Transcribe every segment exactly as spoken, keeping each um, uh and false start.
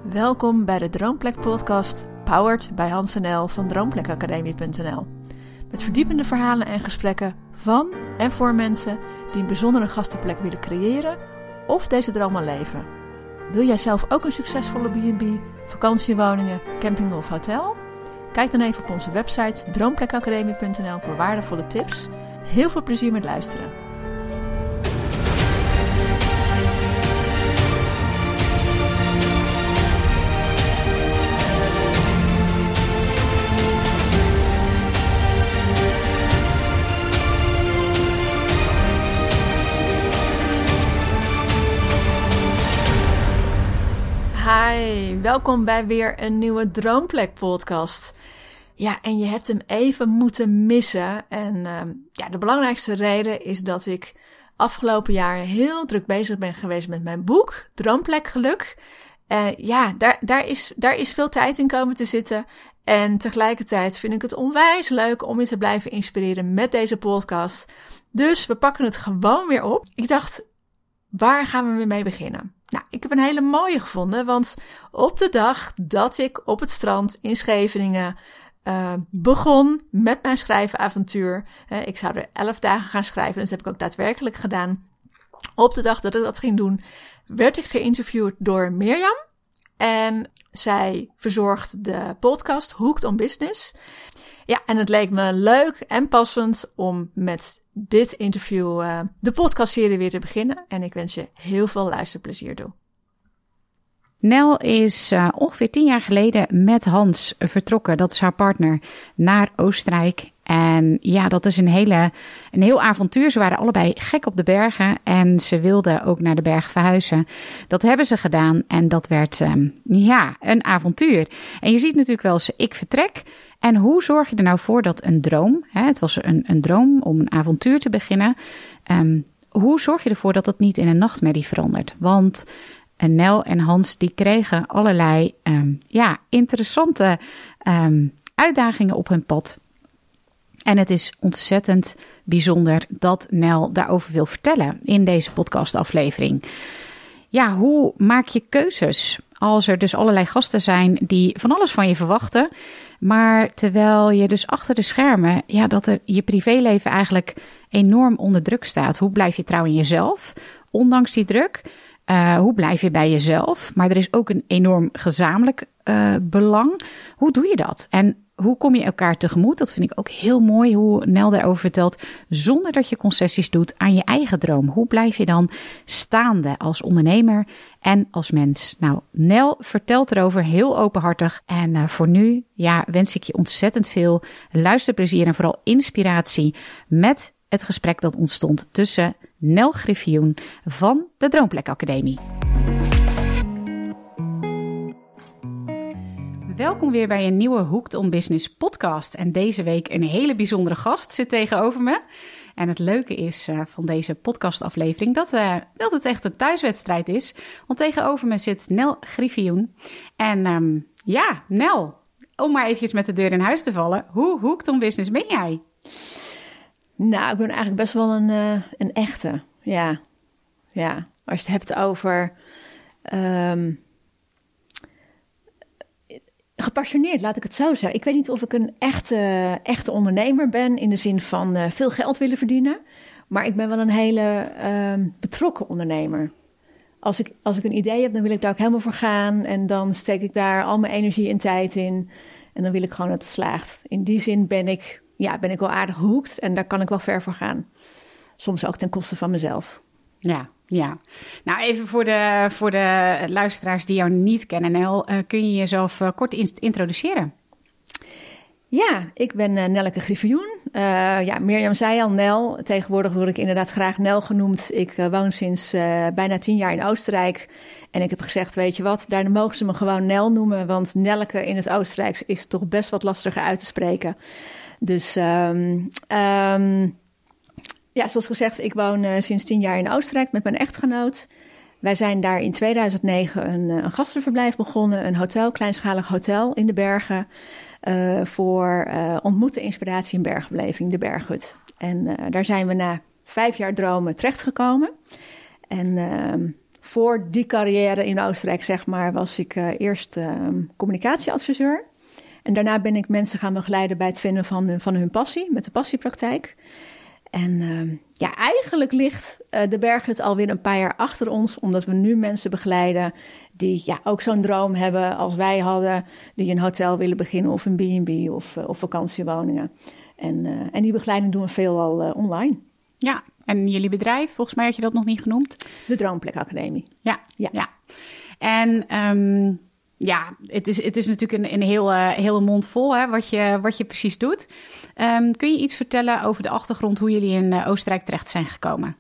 Welkom bij de Droomplek podcast, powered bij Hans en El van droomplekacademie punt n l. Met verdiepende verhalen en gesprekken van en voor mensen die een bijzondere gastenplek willen creëren of deze droom al leven. Wil jij zelf ook een succesvolle B en B, vakantiewoningen, camping of hotel? Kijk dan even op onze website droomplekacademie punt n l voor waardevolle tips. Heel veel plezier met luisteren. Hi, welkom bij weer een nieuwe Droomplek podcast. Ja, en je hebt hem even moeten missen. En uh, ja, de belangrijkste reden is dat ik afgelopen jaar heel druk bezig ben geweest met mijn boek, Droomplek Geluk. Uh, ja, daar, daar, is, daar is veel tijd in komen te zitten. En tegelijkertijd vind ik het onwijs leuk om je te blijven inspireren met deze podcast. Dus we pakken het gewoon weer op. Ik dacht, waar gaan we weer mee beginnen? Nou, ik heb een hele mooie gevonden, want op de dag dat ik op het strand in Scheveningen uh, begon met mijn schrijvenavontuur, uh, ik zou er elf dagen gaan schrijven, en dat heb ik ook daadwerkelijk gedaan. Op de dag dat ik dat ging doen, werd ik geïnterviewd door Mirjam en zij verzorgt de podcast Hooked on Business. Ja, en het leek me leuk en passend om met dit interview uh, de podcastserie weer te beginnen. En ik wens je heel veel luisterplezier toe. Nel is uh, ongeveer tien jaar geleden met Hans vertrokken, dat is haar partner, naar Oostenrijk. En ja, dat is een, hele, een heel avontuur. Ze waren allebei gek op de bergen en ze wilden ook naar de berg verhuizen. Dat hebben ze gedaan en dat werd um, ja, een avontuur. En je ziet natuurlijk wel eens, ik vertrek. En hoe zorg je er nou voor dat een droom, hè, het was een, een droom om een avontuur te beginnen. Um, hoe zorg je ervoor dat dat niet in een nachtmerrie verandert? Want uh, Nel en Hans die kregen allerlei um, ja, interessante um, uitdagingen op hun pad. En het is ontzettend bijzonder dat Nel daarover wil vertellen in deze podcastaflevering. Ja, hoe maak je keuzes als er dus allerlei gasten zijn die van alles van je verwachten, maar terwijl je dus achter de schermen, ja, dat er je privéleven eigenlijk enorm onder druk staat. Hoe blijf je trouw in jezelf, ondanks die druk? Uh, hoe blijf je bij jezelf? Maar er is ook een enorm gezamenlijk uh, belang. Hoe doe je dat? En hoe kom je elkaar tegemoet? Dat vind ik ook heel mooi hoe Nel daarover vertelt. Zonder dat je concessies doet aan je eigen droom. Hoe blijf je dan staande als ondernemer en als mens? Nou, Nel vertelt erover heel openhartig. En uh, voor nu ja, wens ik je ontzettend veel luisterplezier en vooral inspiratie met het gesprek dat ontstond tussen Nel Griffioen van de Droomplek Academie. Welkom weer bij een nieuwe Hooked on Business podcast. En deze week een hele bijzondere gast zit tegenover me. En het leuke is uh, van deze podcastaflevering dat, uh, dat het echt een thuiswedstrijd is. Want tegenover me zit Nel Griffioen. En um, ja, Nel, om maar eventjes met de deur in huis te vallen. Hoe hooked on business ben jij? Nou, ik ben eigenlijk best wel een, uh, een echte. Ja. ja, als je het hebt over Um, gepassioneerd, laat ik het zo zeggen. Ik weet niet of ik een echte, echte ondernemer ben in de zin van uh, veel geld willen verdienen. Maar ik ben wel een hele uh, betrokken ondernemer. Als ik, als ik een idee heb, dan wil ik daar ook helemaal voor gaan. En dan steek ik daar al mijn energie en tijd in. En dan wil ik gewoon dat het slaagt. In die zin ben ik, ja, ben ik wel aardig hooked en daar kan ik wel ver voor gaan. Soms ook ten koste van mezelf. Ja, ja. Nou, even voor de, voor de luisteraars die jou niet kennen, Nel, uh, kun je jezelf uh, kort in- introduceren? Ja, ik ben uh, Nelleke Griffioen. Uh, ja, Mirjam zei al, Nel. Tegenwoordig word ik inderdaad graag Nel genoemd. Ik uh, woon sinds uh, bijna tien jaar in Oostenrijk. En ik heb gezegd, weet je wat, daar mogen ze me gewoon Nel noemen. Want Nelleke in het Oostenrijks is toch best wat lastiger uit te spreken. Dus Um, um, Ja, zoals gezegd, ik woon uh, sinds tien jaar in Oostenrijk met mijn echtgenoot. Wij zijn daar in tweeduizend negen een, een gastenverblijf begonnen, een hotel, kleinschalig hotel in de bergen, uh, voor uh, ontmoeten, inspiratie en bergbeleving, de Berghut. En uh, daar zijn we na vijf jaar dromen terechtgekomen. En uh, voor die carrière in Oostenrijk, zeg maar, was ik uh, eerst uh, communicatieadviseur. En daarna ben ik mensen gaan begeleiden bij het vinden van, van hun passie, met de passiepraktijk. En uh, ja, eigenlijk ligt uh, de berg het alweer een paar jaar achter ons, omdat we nu mensen begeleiden die ja, ook zo'n droom hebben als wij hadden, die een hotel willen beginnen of een B en B of, uh, of vakantiewoningen. En, uh, en die begeleiding doen we veelal uh, online. Ja, en jullie bedrijf, volgens mij had je dat nog niet genoemd. De Droomplek Academie. Ja, ja. ja. En um, ja, het is, het is natuurlijk een, een heel, uh, hele mond vol hè, wat, je, wat je precies doet. Um, kun je iets vertellen over de achtergrond, hoe jullie in uh, Oostenrijk terecht zijn gekomen?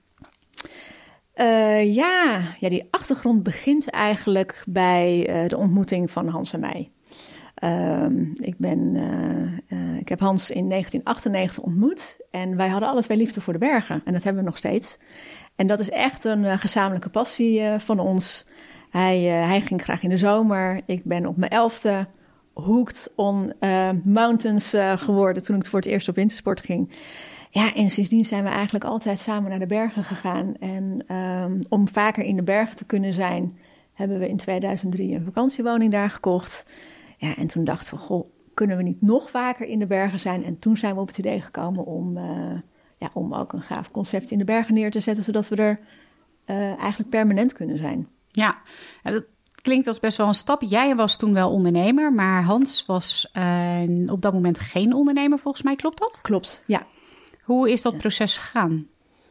Uh, ja, ja, die achtergrond begint eigenlijk bij uh, de ontmoeting van Hans en mij. Uh, ik, ben, uh, uh, ik heb Hans in negentien achtennegentig ontmoet en wij hadden alle twee liefde voor de bergen. En dat hebben we nog steeds. En dat is echt een uh, gezamenlijke passie uh, van ons. Hij, uh, hij ging graag in de zomer. Ik ben op mijn elfde hooked on uh, mountains uh, geworden toen ik voor het eerst op wintersport ging. Ja, en sindsdien zijn we eigenlijk altijd samen naar de bergen gegaan. En um, om vaker in de bergen te kunnen zijn, hebben we in tweeduizend drie een vakantiewoning daar gekocht. Ja, en toen dachten we, goh, kunnen we niet nog vaker in de bergen zijn? En toen zijn we op het idee gekomen om, uh, ja, om ook een gaaf concept in de bergen neer te zetten, zodat we er uh, eigenlijk permanent kunnen zijn. Ja, dat klinkt als best wel een stap. Jij was toen wel ondernemer, maar Hans was uh, op dat moment geen ondernemer, volgens mij. Klopt dat? Klopt, ja. Hoe is dat proces gegaan?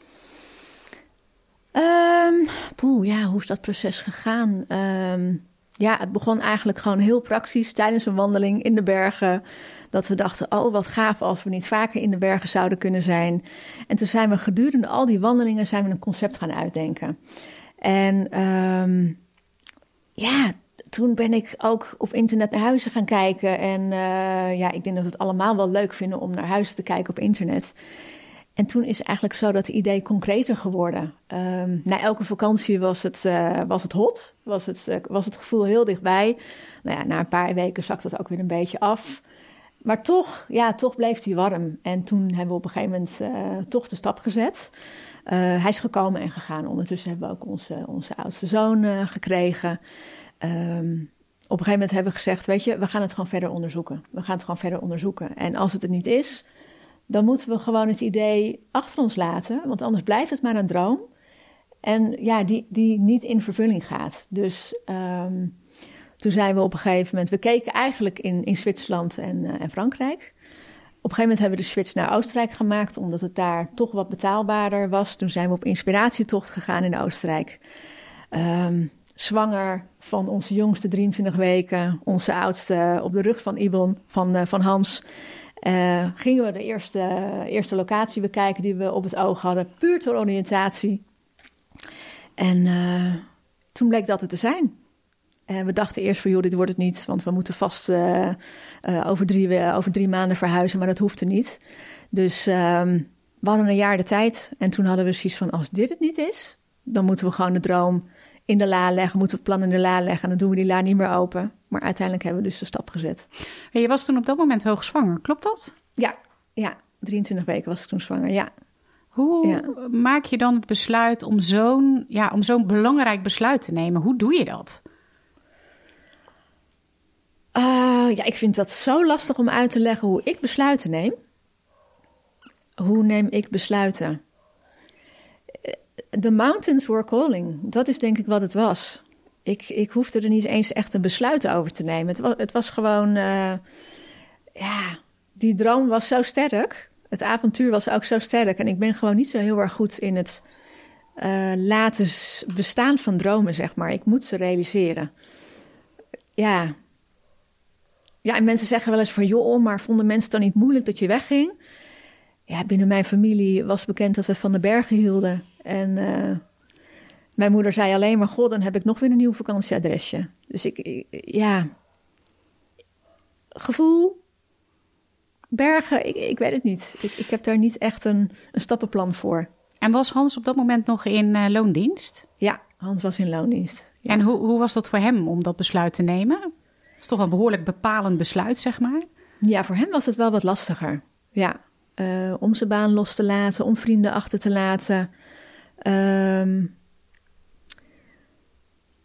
Um, poeh, ja, hoe is dat proces gegaan? Um, ja, het begon eigenlijk gewoon heel praktisch tijdens een wandeling in de bergen. Dat we dachten, oh wat gaaf als we niet vaker in de bergen zouden kunnen zijn. En toen zijn we gedurende al die wandelingen zijn we een concept gaan uitdenken. En um, ja, toen ben ik ook op internet naar huizen gaan kijken. En uh, ja, ik denk dat we het allemaal wel leuk vinden om naar huizen te kijken op internet. En toen is eigenlijk zo dat idee concreter geworden. Um, na elke vakantie was het, uh, was het hot, was het, uh, was het gevoel heel dichtbij. Nou ja, na een paar weken zakt dat ook weer een beetje af. Maar toch, ja, toch bleef hij warm. En toen hebben we op een gegeven moment uh, toch de stap gezet. Uh, hij is gekomen en gegaan. Ondertussen hebben we ook onze, onze oudste zoon uh, gekregen. Um, op een gegeven moment hebben we gezegd, weet je, we gaan het gewoon verder onderzoeken. We gaan het gewoon verder onderzoeken. En als het er niet is, dan moeten we gewoon het idee achter ons laten. Want anders blijft het maar een droom. En ja, die, die niet in vervulling gaat. Dus um, toen zijn we op een gegeven moment, we keken eigenlijk in, in Zwitserland en, uh, en Frankrijk. Op een gegeven moment hebben we de switch naar Oostenrijk gemaakt, omdat het daar toch wat betaalbaarder was. Toen zijn we op inspiratietocht gegaan in Oostenrijk. Um, zwanger van onze jongste drieëntwintig weken, onze oudste op de rug van Ibon, van, uh, van Hans. Uh, gingen we de eerste, uh, eerste locatie bekijken die we op het oog hadden, puur ter oriëntatie. En uh, toen bleek dat het te zijn. En we dachten eerst van, joh, dit wordt het niet, want we moeten vast uh, uh, over, drie, uh, over drie maanden verhuizen, maar dat hoefde niet. Dus um, we hadden een jaar de tijd en toen hadden we zoiets van, als dit het niet is, dan moeten we gewoon de droom in de la leggen, moeten we het plan in de la leggen en dan doen we die la niet meer open. Maar uiteindelijk hebben we dus de stap gezet. En je was toen op dat moment hoogzwanger, klopt dat? Ja, ja, drieëntwintig weken was ik toen zwanger, ja. Hoe ja. maak je dan het besluit om zo'n, ja, om zo'n belangrijk besluit te nemen? Hoe doe je dat? Uh, ja, ik vind dat zo lastig om uit te leggen hoe ik besluiten neem. Hoe neem ik besluiten? The mountains were calling. Dat is denk ik wat het was. Ik, ik hoefde er niet eens echt een besluit over te nemen. Het was, het was gewoon, uh, ja, die droom was zo sterk. Het avontuur was ook zo sterk. En ik ben gewoon niet zo heel erg goed in het uh, laten bestaan van dromen, zeg maar. Ik moet ze realiseren. Ja. Ja, en mensen zeggen wel eens van, joh, maar vonden mensen het dan niet moeilijk dat je wegging? Ja, binnen mijn familie was bekend dat we van de bergen hielden. En uh, mijn moeder zei alleen maar, god, dan heb ik nog weer een nieuw vakantieadresje. Dus ik, ik ja, gevoel, bergen, ik, ik weet het niet. Ik, ik heb daar niet echt een, een stappenplan voor. En was Hans op dat moment nog in uh, loondienst? Ja, Hans was in loondienst. Ja. En hoe, hoe was dat voor hem om dat besluit te nemen? Het is toch een behoorlijk bepalend besluit, zeg maar. Ja, voor hem was het wel wat lastiger. Ja, uh, om zijn baan los te laten, om vrienden achter te laten. Um,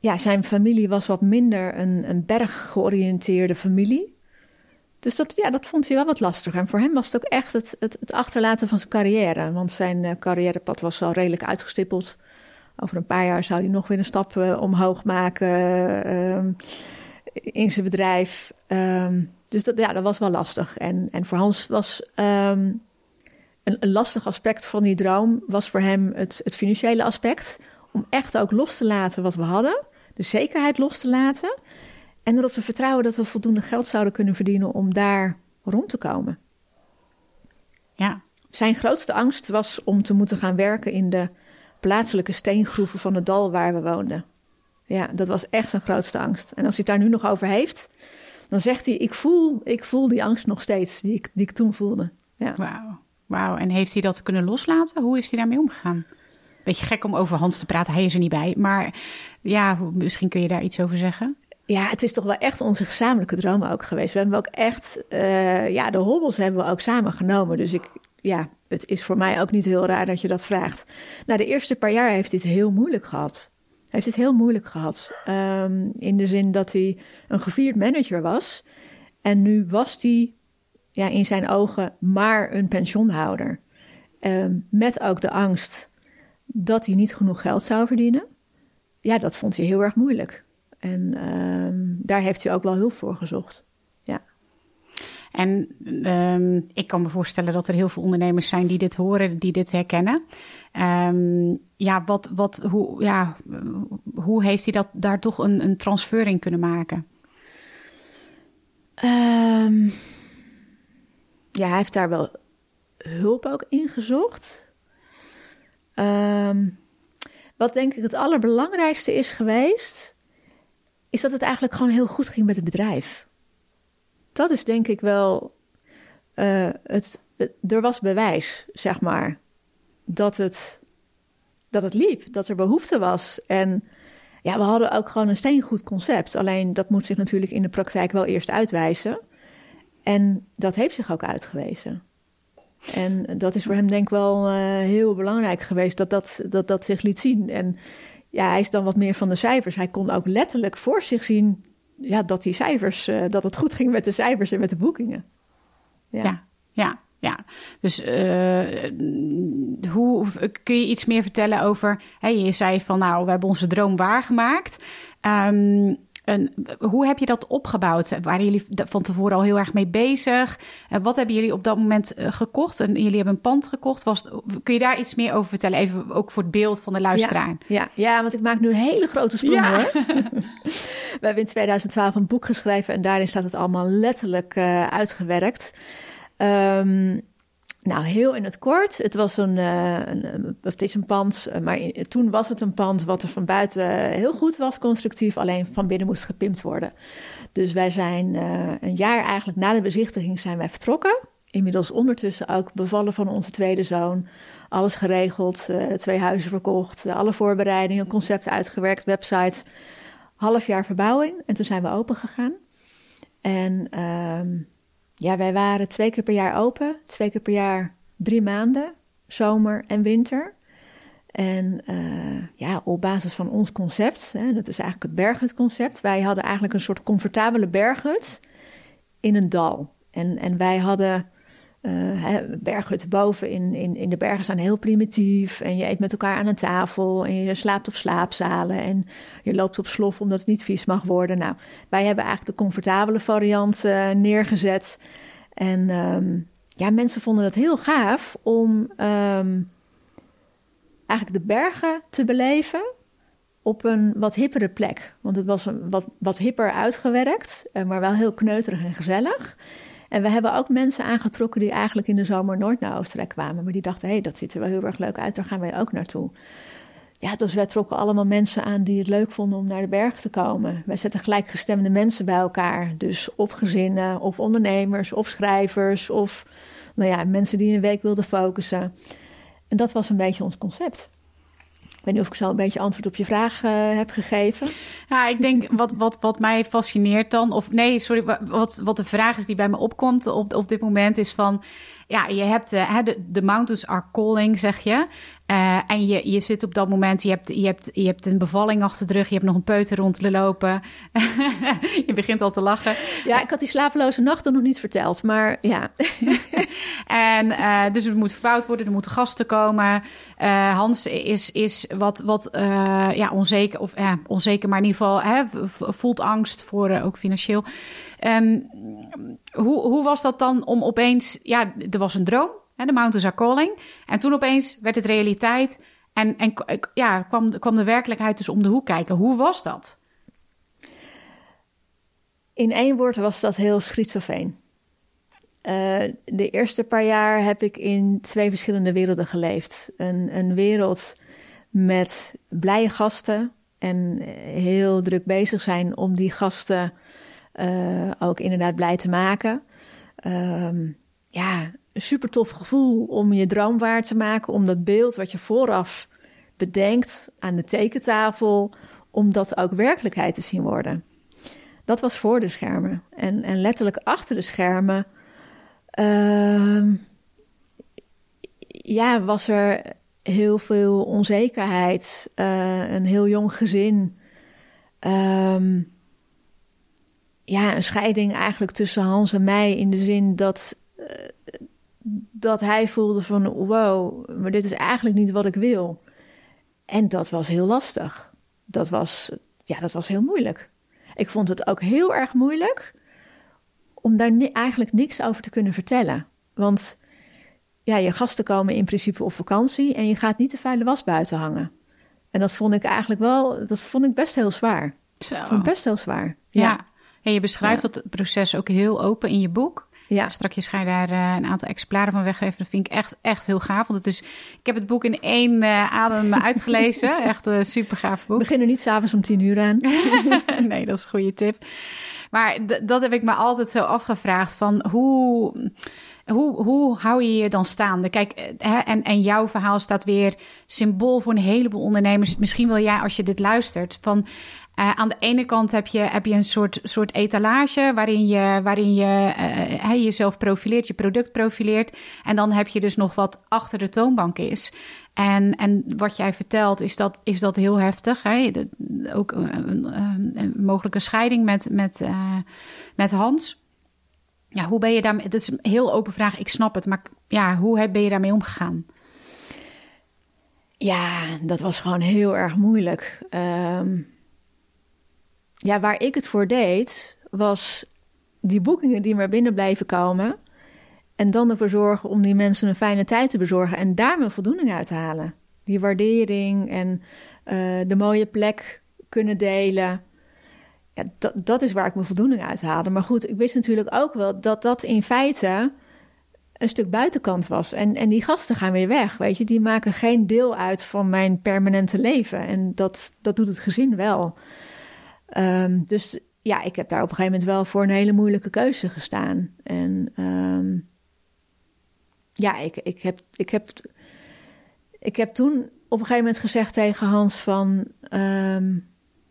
ja, zijn familie was wat minder een, een berggeoriënteerde familie. Dus dat, ja, dat vond hij wel wat lastiger. En voor hem was het ook echt het, het, het achterlaten van zijn carrière. Want zijn uh, carrièrepad was al redelijk uitgestippeld. Over een paar jaar zou hij nog weer een stap uh, omhoog maken uh, in zijn bedrijf. Um, dus dat, ja, dat was wel lastig. En, en voor Hans was um, een, een lastig aspect van die droom... was voor hem het, het financiële aspect. Om echt ook los te laten wat we hadden. De zekerheid los te laten. En erop te vertrouwen dat we voldoende geld zouden kunnen verdienen... om daar rond te komen. Ja. Zijn grootste angst was om te moeten gaan werken in de... plaatselijke steengroeven van het dal waar we woonden. Ja, dat was echt zijn grootste angst. En als hij het daar nu nog over heeft, dan zegt hij... ik voel, ik voel die angst nog steeds, die ik, die ik toen voelde. Ja. Wauw, wauw. En heeft hij dat kunnen loslaten? Hoe is hij daarmee omgegaan? Beetje gek om over Hans te praten, hij is er niet bij. Maar ja, misschien kun je daar iets over zeggen? Ja, het is toch wel echt onze gezamenlijke droom ook geweest. We hebben ook echt... Uh, ja, de hobbels hebben we ook samen genomen. Dus ik... ja, het is voor mij ook niet heel raar dat je dat vraagt. Nou, de eerste paar jaar heeft hij het heel moeilijk gehad. Hij heeft het heel moeilijk gehad. Um, in de zin dat hij een gevierd manager was. En nu was hij ja, in zijn ogen maar een pensioenhouder. Um, met ook de angst dat hij niet genoeg geld zou verdienen. Ja, dat vond hij heel erg moeilijk. En um, daar heeft hij ook wel hulp voor gezocht. Ja. En um, ik kan me voorstellen dat er heel veel ondernemers zijn die dit horen, die dit herkennen. Um, ja, wat, wat, hoe, ja, hoe heeft hij dat, daar toch een, een transfer in kunnen maken? Um, ja, hij heeft daar wel hulp ook in gezocht. Um, wat denk ik het allerbelangrijkste is geweest... is dat het eigenlijk gewoon heel goed ging met het bedrijf. Dat is denk ik wel... Uh, het, het, er was bewijs, zeg maar, dat het, dat het liep, dat er behoefte was. En ja, we hadden ook gewoon een steengoed concept. Alleen dat moet zich natuurlijk in de praktijk wel eerst uitwijzen. En dat heeft zich ook uitgewezen. En dat is voor hem denk ik wel uh, heel belangrijk geweest, dat dat, dat dat zich liet zien. En ja, hij is dan wat meer van de cijfers. Hij kon ook letterlijk voor zich zien... ja, dat die cijfers, uh, dat het goed ging met de cijfers en met de boekingen. Ja, ja, ja. ja. Dus uh, hoe kun je iets meer vertellen over... Hè, je zei van, nou, we hebben onze droom waargemaakt. Um, en hoe heb je dat opgebouwd? Waren jullie van tevoren al heel erg mee bezig? En wat hebben jullie op dat moment uh, gekocht? En jullie hebben een pand gekocht. Was het, kun je daar iets meer over vertellen? Even ook voor het beeld van de luisteraar. Ja, ja, ja, want ik maak nu een hele grote sprong, ja. hoor. We hebben in tweeduizend twaalf een boek geschreven... en daarin staat het allemaal letterlijk uh, uitgewerkt. Um, nou, heel in het kort. Het was een, uh, een, het is een pand, uh, maar in, toen was het een pand... wat er van buiten heel goed was, constructief... alleen van binnen moest gepimpt worden. Dus wij zijn uh, een jaar eigenlijk na de bezichtiging zijn wij vertrokken... Inmiddels ondertussen ook bevallen van onze tweede zoon. Alles geregeld, uh, twee huizen verkocht... Uh, alle voorbereidingen, concepten uitgewerkt, websites... Half jaar verbouwing en toen zijn we open gegaan. En um, ja, wij waren twee keer per jaar open. Twee keer per jaar drie maanden, zomer en winter. En uh, ja, op basis van ons concept, hè, dat is eigenlijk het berghutconcept. Wij hadden eigenlijk een soort comfortabele berghut in een dal. En, en wij hadden... Uh, berghutten boven in, in, in de bergen zijn heel primitief. En je eet met elkaar aan een tafel. En je slaapt op slaapzalen. En je loopt op slof omdat het niet vies mag worden. Nou, wij hebben eigenlijk de comfortabele variant uh, neergezet. En um, ja, mensen vonden het heel gaaf om um, eigenlijk de bergen te beleven op een wat hippere plek. Want het was een wat, wat hipper uitgewerkt, uh, maar wel heel kneuterig en gezellig. En we hebben ook mensen aangetrokken die eigenlijk in de zomer nooit naar Oostenrijk kwamen. Maar die dachten, hé, hey, dat ziet er wel heel erg leuk uit, daar gaan wij ook naartoe. Ja, dus wij trokken allemaal mensen aan die het leuk vonden om naar de berg te komen. Wij zetten gelijkgestemde mensen bij elkaar. Dus of gezinnen, of ondernemers, of schrijvers, of nou ja, mensen die een week wilden focussen. En dat was een beetje ons concept. Ik weet niet of ik zo een beetje antwoord op je vraag uh, heb gegeven. Ja, ik denk wat, wat, wat mij fascineert dan... of nee, sorry, wat, wat de vraag is die bij me opkomt op, op dit moment... is van, ja, je hebt uh, de, de mountains are calling, zeg je. Uh, en je, je zit op dat moment, je hebt, je, hebt, je hebt een bevalling achter de rug, je hebt nog een peuter rond te lopen. Je begint al te lachen. Ja, ik had die slapeloze nachten nog niet verteld, maar ja. En uh, dus het moet verbouwd worden, er moeten gasten komen. Uh, Hans is, is wat, wat uh, ja, onzeker, of uh, onzeker, maar in ieder geval hè, voelt angst voor uh, ook financieel. Um, hoe, hoe was dat dan om opeens, ja, er was een droom, hè, de Mountains are calling. En toen opeens werd het realiteit en, en ja, kwam, kwam de werkelijkheid dus om de hoek kijken. Hoe was dat? In één woord was dat heel schizofreen. Uh, de eerste paar jaar heb ik in twee verschillende werelden geleefd. Een, een wereld met blije gasten en heel druk bezig zijn om die gasten uh, ook inderdaad blij te maken. Um, ja, een super tof gevoel om je droom waar te maken, om dat beeld wat je vooraf bedenkt aan de tekentafel, om dat ook werkelijkheid te zien worden. Dat was voor de schermen. En, en letterlijk achter de schermen Uh, ja, was er heel veel onzekerheid, uh, een heel jong gezin. Um, ja, een scheiding eigenlijk tussen Hans en mij in de zin dat, uh, dat hij voelde van wow, maar dit is eigenlijk niet wat ik wil. En dat was heel lastig. Dat was, ja, dat was heel moeilijk. Ik vond het ook heel erg moeilijk om daar ni- eigenlijk niks over te kunnen vertellen. Want ja, je gasten komen in principe op vakantie en je gaat niet de vuile was buiten hangen. En dat vond ik eigenlijk wel, dat vond ik best heel zwaar. Zo. Vond ik best heel zwaar. Ja, ja. En je beschrijft ja. dat proces ook heel open in je boek. Ja. Strakjes ga je daar uh, een aantal exemplaren van weggeven. Dat vind ik echt, echt heel gaaf. Want het is, ik heb het boek in één uh, adem uitgelezen. Echt een super gaaf boek. We beginnen niet 's avonds om tien uur aan. Nee, dat is een goede tip. Maar d- dat heb ik me altijd zo afgevraagd van hoe, hoe, hoe hou je je dan staande? Kijk, hè, en, en jouw verhaal staat weer symbool voor een heleboel ondernemers. Misschien wel jij als je dit luistert. Van, uh, aan de ene kant heb je, heb je een soort, soort etalage waarin je, waarin je uh, jezelf profileert, je product profileert. En dan heb je dus nog wat achter de toonbank is. En, en wat jij vertelt, is dat, is dat heel heftig. Hè? De, ook een, een, een mogelijke scheiding met, met, uh, met Hans. Ja, hoe ben je daarmee? Dat is een heel open vraag, ik snap het. Maar ja, hoe ben je daarmee omgegaan? Ja, dat was gewoon heel erg moeilijk. Um, ja, waar ik het voor deed, was die boekingen die maar binnen blijven komen. En dan ervoor zorgen om die mensen een fijne tijd te bezorgen. En daar mijn voldoening uit te halen. Die waardering en uh, de mooie plek kunnen delen. Ja, dat, dat is waar ik mijn voldoening uit haalde. Maar goed, ik wist natuurlijk ook wel dat dat in feite een stuk buitenkant was. En, en die gasten gaan weer weg, weet je. Die maken geen deel uit van mijn permanente leven. En dat, dat doet het gezin wel. Um, dus ja, ik heb daar op een gegeven moment wel voor een hele moeilijke keuze gestaan. En um, ja, ik, ik, heb, ik, heb, ik heb toen op een gegeven moment gezegd tegen Hans van Um,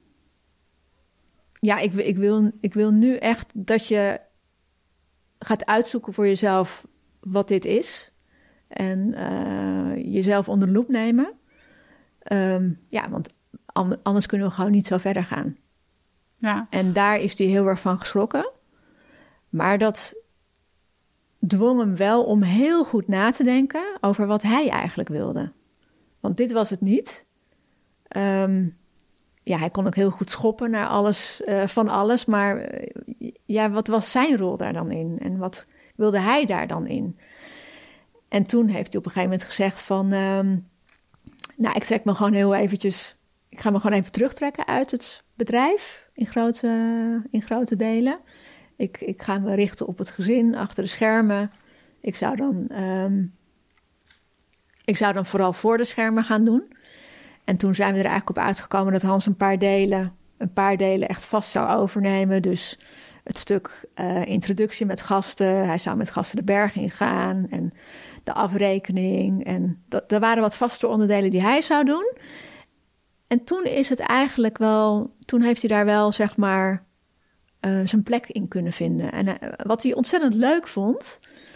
ja, ik, ik, wil, ik wil nu echt dat je gaat uitzoeken voor jezelf wat dit is. En uh, jezelf onder de loep nemen. Um, ja, want anders kunnen we gewoon niet zo verder gaan. Ja. En daar is hij heel erg van geschrokken. Maar dat dwong hem wel om heel goed na te denken over wat hij eigenlijk wilde. Want dit was het niet. Um, ja, hij kon ook heel goed schoppen naar alles, uh, van alles. Maar uh, ja, wat was zijn rol daar dan in? En wat wilde hij daar dan in? En toen heeft hij op een gegeven moment gezegd van Um, nou, ik trek me gewoon heel eventjes Ik ga me gewoon even terugtrekken uit het bedrijf in grote, in grote delen. Ik, ik ga me richten op het gezin, achter de schermen. Ik zou dan, um, ik zou dan vooral voor de schermen gaan doen. En toen zijn we er eigenlijk op uitgekomen dat Hans een paar delen, een paar delen echt vast zou overnemen. Dus het stuk uh, introductie met gasten. Hij zou met gasten de berg ingaan en de afrekening. En dat, er waren wat vaste onderdelen die hij zou doen. En toen is het eigenlijk wel, toen heeft hij daar wel zeg maar uh, zijn plek in kunnen vinden. En uh, wat hij ontzettend leuk vond,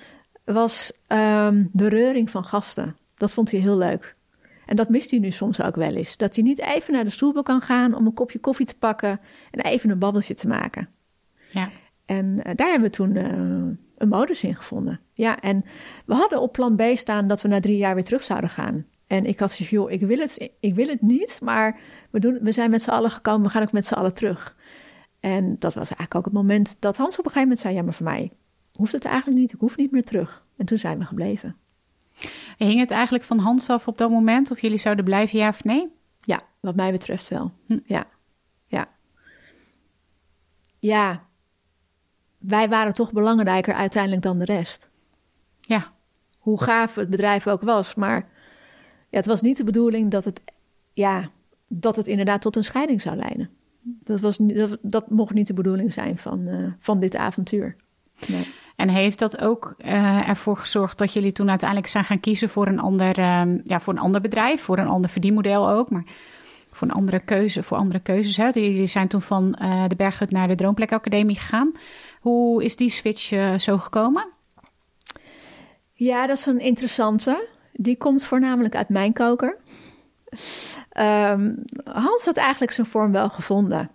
was um, de reuring van gasten. Dat vond hij heel leuk. En dat mist hij nu soms ook wel eens. Dat hij niet even naar de stoelbank kan gaan om een kopje koffie te pakken en even een babbeltje te maken. Ja. En uh, daar hebben we toen uh, een modus in gevonden. Ja, en we hadden op plan B staan dat we na drie jaar weer terug zouden gaan. En ik had zoiets van, joh, ik wil het, ik wil het niet, maar we, doen, we zijn met z'n allen gekomen, we gaan ook met z'n allen terug. En dat was eigenlijk ook het moment dat Hans op een gegeven moment zei, ja, maar voor mij hoeft het eigenlijk niet, ik hoef niet meer terug. En toen zijn we gebleven. Hing het eigenlijk van Hans af op dat moment of jullie zouden blijven, ja of nee? Ja, wat mij betreft wel. Hm. Ja, ja. Ja, wij waren toch belangrijker uiteindelijk dan de rest. Ja. Hoe gaaf het bedrijf ook was, maar ja, het was niet de bedoeling dat het, ja, dat het inderdaad tot een scheiding zou leiden. Dat, was, dat, dat mocht niet de bedoeling zijn van, uh, van dit avontuur. Nee. En heeft dat ook uh, ervoor gezorgd dat jullie toen uiteindelijk zijn gaan kiezen voor een ander, uh, ja, voor een ander bedrijf, voor een ander verdienmodel ook, maar voor een andere keuze, voor andere keuzes. Hè? Jullie zijn toen van uh, de Berghut naar de Droomplek Academie gegaan. Hoe is die switch uh, zo gekomen? Ja, dat is een interessante. Die komt voornamelijk uit mijn koker. Um, Hans had eigenlijk zijn vorm wel gevonden.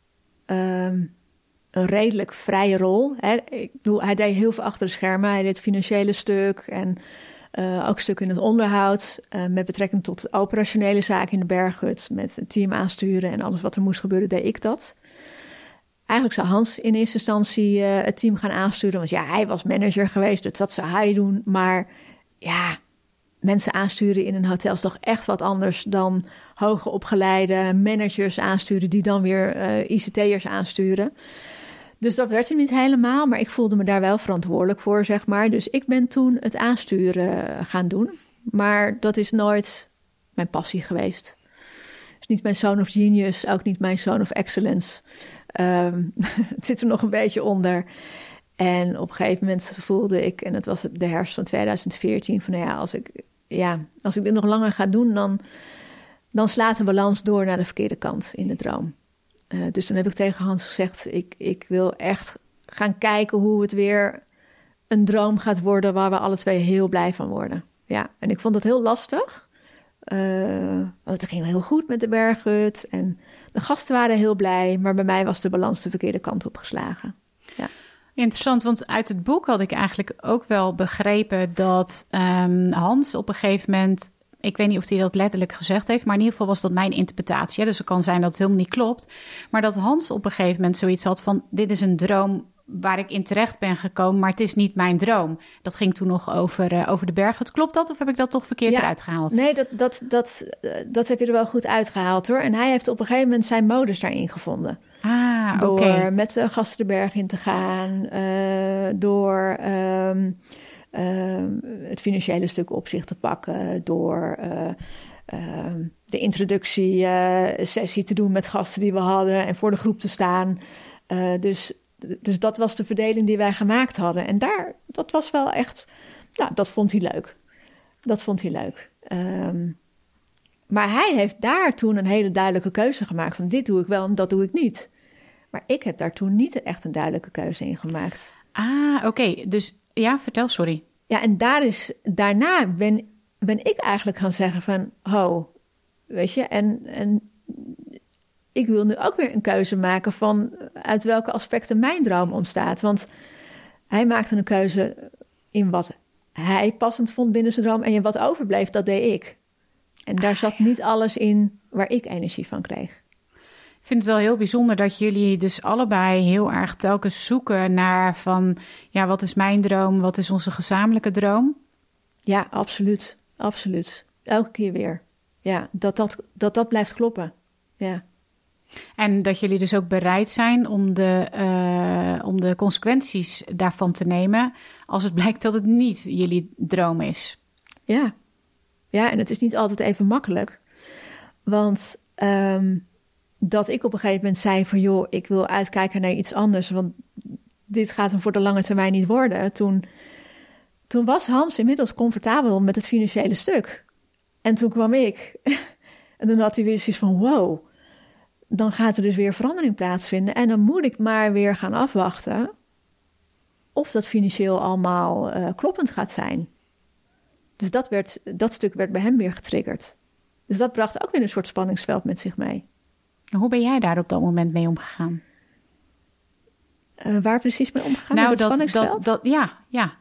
Um, een redelijk vrije rol. Hè. Ik bedoel, hij deed heel veel achter de schermen. Hij deed het financiële stuk en uh, ook stuk in het onderhoud. Uh, met betrekking tot de operationele zaken in de Berghut. Met het team aansturen en alles wat er moest gebeuren, deed ik dat. Eigenlijk zou Hans in eerste instantie uh, het team gaan aansturen. Want ja, hij was manager geweest, dus dat zou hij doen. Maar ja, mensen aansturen in een hotel is toch echt wat anders dan hoger opgeleide managers aansturen die dan weer uh, I C T'ers aansturen. Dus dat werd hem niet helemaal, maar ik voelde me daar wel verantwoordelijk voor, zeg maar. Dus ik ben toen het aansturen gaan doen. Maar dat is nooit mijn passie geweest. Het is niet mijn zone of genius, ook niet mijn zone of excellence. Um, het zit er nog een beetje onder. En op een gegeven moment voelde ik, en het was de herfst van tweeduizend veertien, van nou ja, als ik, ja, als ik dit nog langer ga doen, dan, dan slaat de balans door naar de verkeerde kant in de droom. Uh, dus dan heb ik tegen Hans gezegd, ik, ik wil echt gaan kijken hoe het weer een droom gaat worden waar we alle twee heel blij van worden. Ja, en ik vond het heel lastig. Uh, want het ging heel goed met de Berghut en de gasten waren heel blij, maar bij mij was de balans de verkeerde kant op geslagen. Ja. Interessant, want uit het boek had ik eigenlijk ook wel begrepen dat um, Hans op een gegeven moment, ik weet niet of hij dat letterlijk gezegd heeft, maar in ieder geval was dat mijn interpretatie. Hè? Dus het kan zijn dat het helemaal niet klopt. Maar dat Hans op een gegeven moment zoiets had van, dit is een droom waar ik in terecht ben gekomen, maar het is niet mijn droom. Dat ging toen nog over, uh, over de Berghut. Klopt dat of heb ik dat toch verkeerd ja, eruit gehaald? Nee, dat, dat, dat, dat heb je er wel goed uitgehaald hoor. En hij heeft op een gegeven moment zijn modus daarin gevonden. Ah, door okay. met de gasten de berg in te gaan, uh, door um, uh, het financiële stuk op zich te pakken, door uh, uh, de introductiesessie uh, te doen met gasten die we hadden en voor de groep te staan. Uh, dus, dus dat was de verdeling die wij gemaakt hadden. En daar, dat was wel echt, nou, dat vond hij leuk. Dat vond hij leuk. Um, maar hij heeft daar toen een hele duidelijke keuze gemaakt van dit doe ik wel en dat doe ik niet. Maar ik heb daar toen niet echt een duidelijke keuze in gemaakt. Ah, oké. Okay. Dus ja, vertel, sorry. Ja, en daar is, daarna ben, ben ik eigenlijk gaan zeggen van, ho, weet je, en, en ik wil nu ook weer een keuze maken van uit welke aspecten mijn droom ontstaat. Want hij maakte een keuze in wat hij passend vond binnen zijn droom en wat overbleef, dat deed ik. En daar zat niet alles in waar ik energie van kreeg. Ik vind het wel heel bijzonder dat jullie dus allebei heel erg telkens zoeken naar van, ja, wat is mijn droom? Wat is onze gezamenlijke droom? Ja, absoluut. Absoluut. Elke keer weer. Ja, dat dat, dat, dat blijft kloppen. Ja. En dat jullie dus ook bereid zijn om de, uh, om de consequenties daarvan te nemen als het blijkt dat het niet jullie droom is. Ja. Ja, en het is niet altijd even makkelijk. Want um, dat ik op een gegeven moment zei van, joh, ik wil uitkijken naar iets anders, want dit gaat hem voor de lange termijn niet worden. Toen, toen was Hans inmiddels comfortabel met het financiële stuk. En toen kwam ik en dan had hij weer zoiets van, wow, dan gaat er dus weer verandering plaatsvinden en dan moet ik maar weer gaan afwachten of dat financieel allemaal uh, kloppend gaat zijn. Dus dat, werd, dat stuk werd bij hem weer getriggerd. Dus dat bracht ook weer een soort spanningsveld met zich mee. Hoe ben jij daar op dat moment mee omgegaan? Uh, waar precies mee omgegaan? Nou, met het dat, spanningsveld? dat, dat, ja, ja.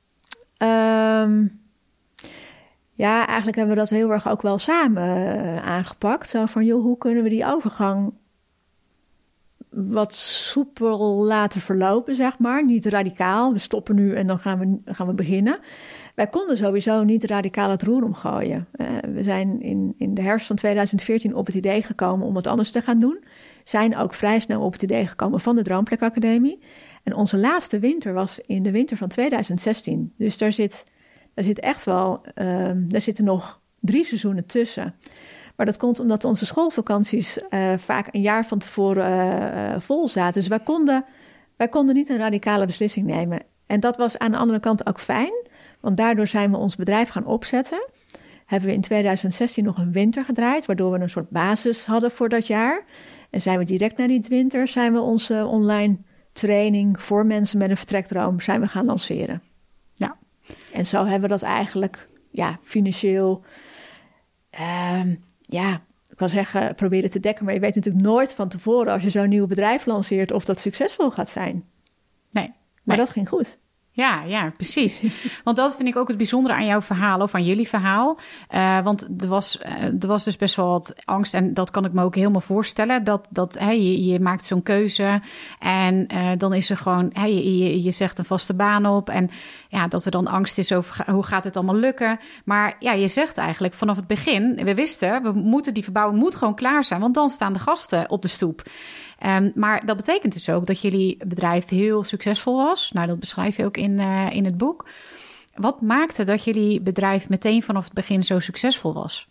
Um, ja, eigenlijk hebben we dat heel erg ook wel samen uh, aangepakt. Zo van, joh, hoe kunnen we die overgang wat soepel laten verlopen, zeg maar. Niet radicaal, we stoppen nu en dan gaan we, gaan we beginnen. Wij konden sowieso niet radicaal het roer omgooien. Uh, we zijn in, in de herfst van tweeduizend veertien op het idee gekomen om wat anders te gaan doen. Zijn ook vrij snel op het idee gekomen van de Droomplek Academie. En onze laatste winter was in de winter van tweeduizend zestien. Dus daar zit, daar zit echt wel, uh, daar zitten nog drie seizoenen tussen. Maar dat komt omdat onze schoolvakanties uh, vaak een jaar van tevoren uh, vol zaten. Dus wij konden, wij konden niet een radicale beslissing nemen. En dat was aan de andere kant ook fijn. Want daardoor zijn we ons bedrijf gaan opzetten. Hebben we in tweeduizend zestien nog een winter gedraaid, waardoor we een soort basis hadden voor dat jaar. En zijn we direct na die winter, zijn we onze online training voor mensen met een vertrekdroom zijn we gaan lanceren. Ja. En zo hebben we dat eigenlijk ja, financieel, uh, ja, ik wil zeggen, proberen te dekken. Maar je weet natuurlijk nooit van tevoren als je zo'n nieuw bedrijf lanceert of dat succesvol gaat zijn. Nee. Maar nee. dat ging goed. Ja, ja, precies. Want dat vind ik ook het bijzondere aan jouw verhaal of aan jullie verhaal. Uh, want er was, uh, er was dus best wel wat angst en dat kan ik me ook helemaal voorstellen. Dat, dat hey, je, je maakt zo'n keuze en uh, dan is er gewoon, hey, je, je zegt een vaste baan op. En ja, dat er dan angst is over hoe gaat het allemaal lukken. Maar ja, je zegt eigenlijk vanaf het begin, we wisten, we moeten die verbouwing moet gewoon klaar zijn. Want dan staan de gasten op de stoep. Um, maar dat betekent dus ook dat jullie bedrijf heel succesvol was. Nou, dat beschrijf je ook in, uh, in het boek. Wat maakte dat jullie bedrijf meteen vanaf het begin zo succesvol was?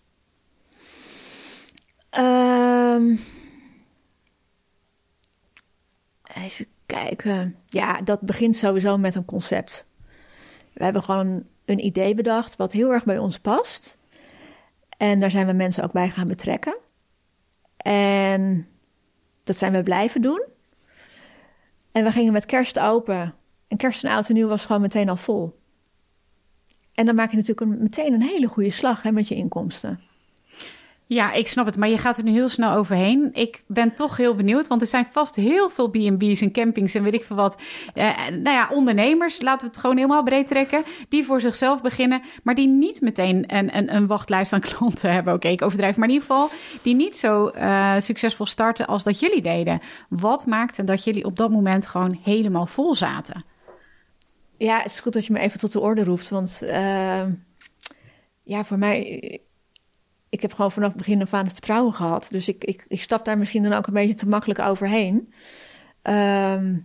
Um, even kijken. Ja, dat begint sowieso met een concept. We hebben gewoon een idee bedacht wat heel erg bij ons past. En daar zijn we mensen ook bij gaan betrekken. En dat zijn we blijven doen. En we gingen met kerst open. En kerst en oud en nieuw was gewoon meteen al vol. En dan maak je natuurlijk een, meteen een hele goede slag hè, met je inkomsten. Ja, ik snap het, maar je gaat er nu heel snel overheen. Ik ben toch heel benieuwd, want er zijn vast heel veel B en B's en campings en weet ik veel wat. Uh, nou ja, ondernemers, laten we het gewoon helemaal breed trekken, die voor zichzelf beginnen, maar die niet meteen een, een, een wachtlijst aan klanten hebben. Oké, ik overdrijf, maar in ieder geval die niet zo uh, succesvol starten als dat jullie deden. Wat maakte dat jullie op dat moment gewoon helemaal vol zaten? Ja, het is goed dat je me even tot de orde roept, want uh, ja, voor mij... Ik heb gewoon vanaf het begin af aan het vertrouwen gehad. Dus ik, ik, ik stap daar misschien dan ook een beetje te makkelijk overheen. Um,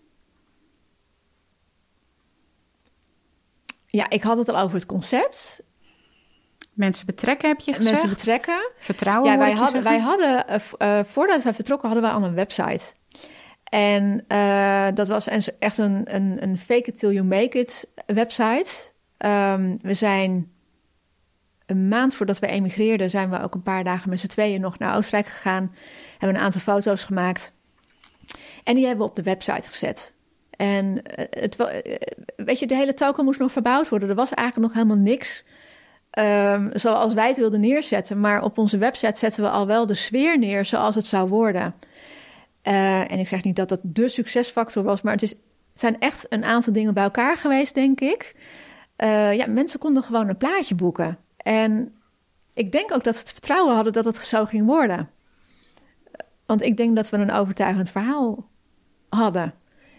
ja, ik had het al over het concept. Mensen betrekken, heb je gezegd? Mensen betrekken. Vertrouwen, ja, wij hadden, wij hadden uh, uh, voordat wij vertrokken, hadden wij al een website. En uh, dat was echt een, een, een fake it till you make it website. Um, we zijn... Een maand voordat we emigreerden zijn we ook een paar dagen met z'n tweeën nog naar Oostenrijk gegaan. Hebben een aantal foto's gemaakt. En die hebben we op de website gezet. En het, weet je, de hele token moest nog verbouwd worden. Er was eigenlijk nog helemaal niks um, zoals wij het wilden neerzetten. Maar op onze website zetten we al wel de sfeer neer zoals het zou worden. Uh, en ik zeg niet dat dat de succesfactor was, maar het, is, het zijn echt een aantal dingen bij elkaar geweest, denk ik. Uh, ja, mensen konden gewoon een plaatje boeken. En ik denk ook dat ze het vertrouwen hadden dat het zo ging worden. Want ik denk dat we een overtuigend verhaal hadden.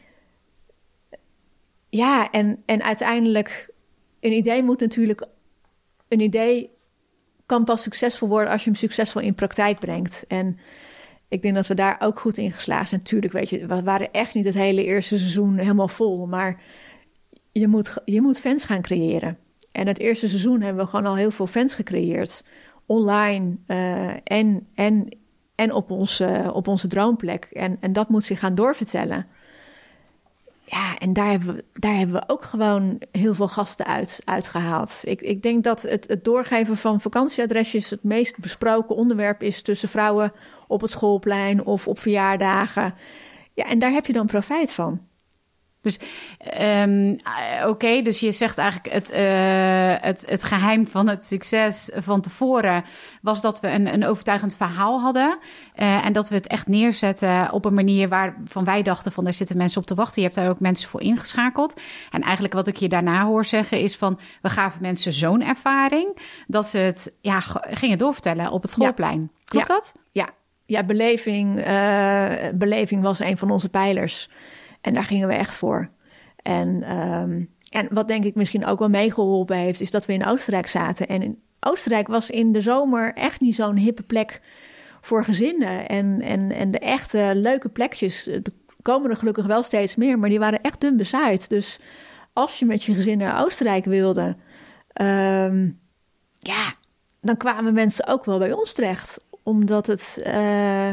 Ja, en, en uiteindelijk... Een idee moet natuurlijk... Een idee kan pas succesvol worden als je hem succesvol in praktijk brengt. En ik denk dat we daar ook goed in geslaagd zijn. Natuurlijk, weet je, we waren echt niet het hele eerste seizoen helemaal vol. Maar je moet, je moet fans gaan creëren. En het eerste seizoen hebben we gewoon al heel veel fans gecreëerd. Online uh, en, en, en op, ons, uh, op onze droomplek. En, en dat moet zich gaan doorvertellen. Ja, en daar hebben we, daar hebben we ook gewoon heel veel gasten uit, uitgehaald. Ik, ik denk dat het, het doorgeven van vakantieadresjes het meest besproken onderwerp is tussen vrouwen op het schoolplein of op verjaardagen. Ja, en daar heb je dan profijt van. Dus um, oké, okay, dus je zegt eigenlijk het, uh, het, het geheim van het succes van tevoren was dat we een, een overtuigend verhaal hadden. Uh, en dat we het echt neerzetten op een manier waarvan wij dachten van daar zitten mensen op te wachten. Je hebt daar ook mensen voor ingeschakeld. En eigenlijk wat ik je daarna hoor zeggen is van we gaven mensen zo'n ervaring dat ze het ja, gingen doorvertellen op het schoolplein. Ja. Klopt ja. dat? Ja, ja beleving, uh, beleving was een van onze pijlers. En daar gingen we echt voor. En, um, en wat denk ik misschien ook wel meegeholpen heeft, is dat we in Oostenrijk zaten. En in Oostenrijk was in de zomer echt niet zo'n hippe plek voor gezinnen. En, en, en de echte leuke plekjes, er komen er gelukkig wel steeds meer, maar die waren echt dun bezaaid. Dus als je met je gezin naar Oostenrijk wilde, um, ja, dan kwamen mensen ook wel bij ons terecht. Omdat het... Uh,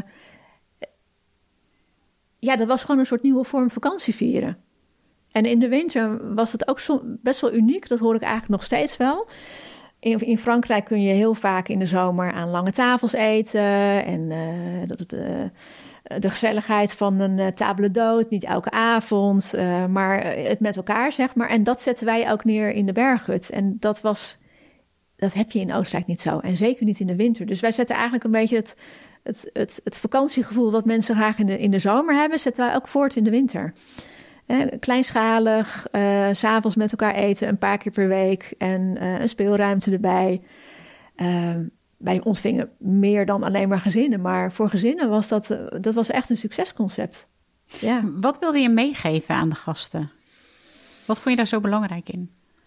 Ja, dat was gewoon een soort nieuwe vorm vakantie vieren. En in de winter was het ook zo, best wel uniek. Dat hoor ik eigenlijk nog steeds wel. In, in Frankrijk kun je heel vaak in de zomer aan lange tafels eten. En uh, dat het, uh, de gezelligheid van een uh, table d'hôte, niet elke avond. Uh, maar het met elkaar, zeg maar. En dat zetten wij ook neer in de berghut. En dat was... Dat heb je in Oostenrijk niet zo. En zeker niet in de winter. Dus wij zetten eigenlijk een beetje het... Het, het, het vakantiegevoel wat mensen graag in de, in de zomer hebben, zetten wij ook voort in de winter. Eh, kleinschalig, uh, 's avonds met elkaar eten een paar keer per week en uh, een speelruimte erbij. Uh, wij ontvingen meer dan alleen maar gezinnen, maar voor gezinnen was dat, uh, dat was echt een succesconcept. Ja. Wat wilde je meegeven aan de gasten? Wat vond je daar zo belangrijk in?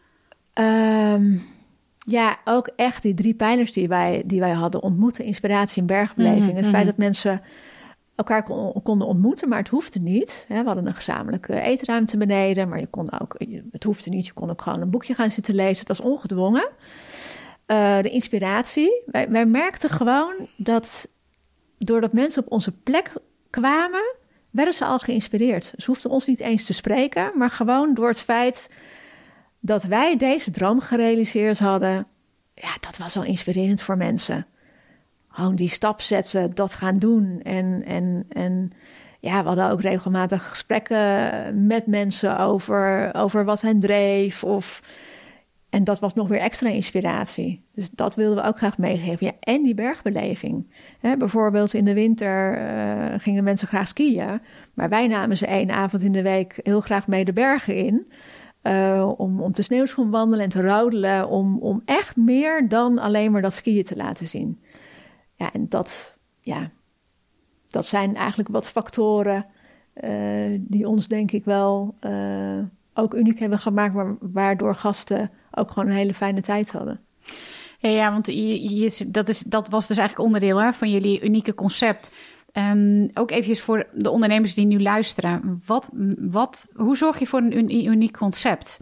Um, Ja, ook echt die drie pijlers die wij, die wij hadden. Ontmoeten, inspiratie en bergbeleving. Mm-hmm. Het feit dat mensen elkaar kon, konden ontmoeten, maar het hoefde niet. We hadden een gezamenlijke eetruimte beneden, maar je kon ook, het hoefde niet. Je kon ook gewoon een boekje gaan zitten lezen. Het was ongedwongen. Uh, de inspiratie. Wij, wij merkten gewoon dat doordat mensen op onze plek kwamen, werden ze al geïnspireerd. Ze hoefden ons niet eens te spreken, maar gewoon door het feit dat wij deze droom gerealiseerd hadden, ja, dat was al inspirerend voor mensen. Gewoon die stap zetten, dat gaan doen. En, en, en ja, we hadden ook regelmatig gesprekken met mensen over, over wat hen dreef. Of, en dat was nog weer extra inspiratie. Dus dat wilden we ook graag meegeven. Ja, en die bergbeleving. Hè, bijvoorbeeld in de winter uh, gingen mensen graag skiën. Maar wij namen ze één avond in de week heel graag mee de bergen in. Uh, om, om te sneeuwschoen wandelen en te rodelen. Om, om echt meer dan alleen maar dat skiën te laten zien. Ja, en dat, ja, dat zijn eigenlijk wat factoren uh, die ons denk ik wel uh, ook uniek hebben gemaakt. Waardoor gasten ook gewoon een hele fijne tijd hadden. Ja, ja want je, je, dat, is, dat was dus eigenlijk onderdeel hè, van jullie unieke concept. Um, ook even voor de ondernemers die nu luisteren. Wat, wat, hoe zorg je voor een uniek concept?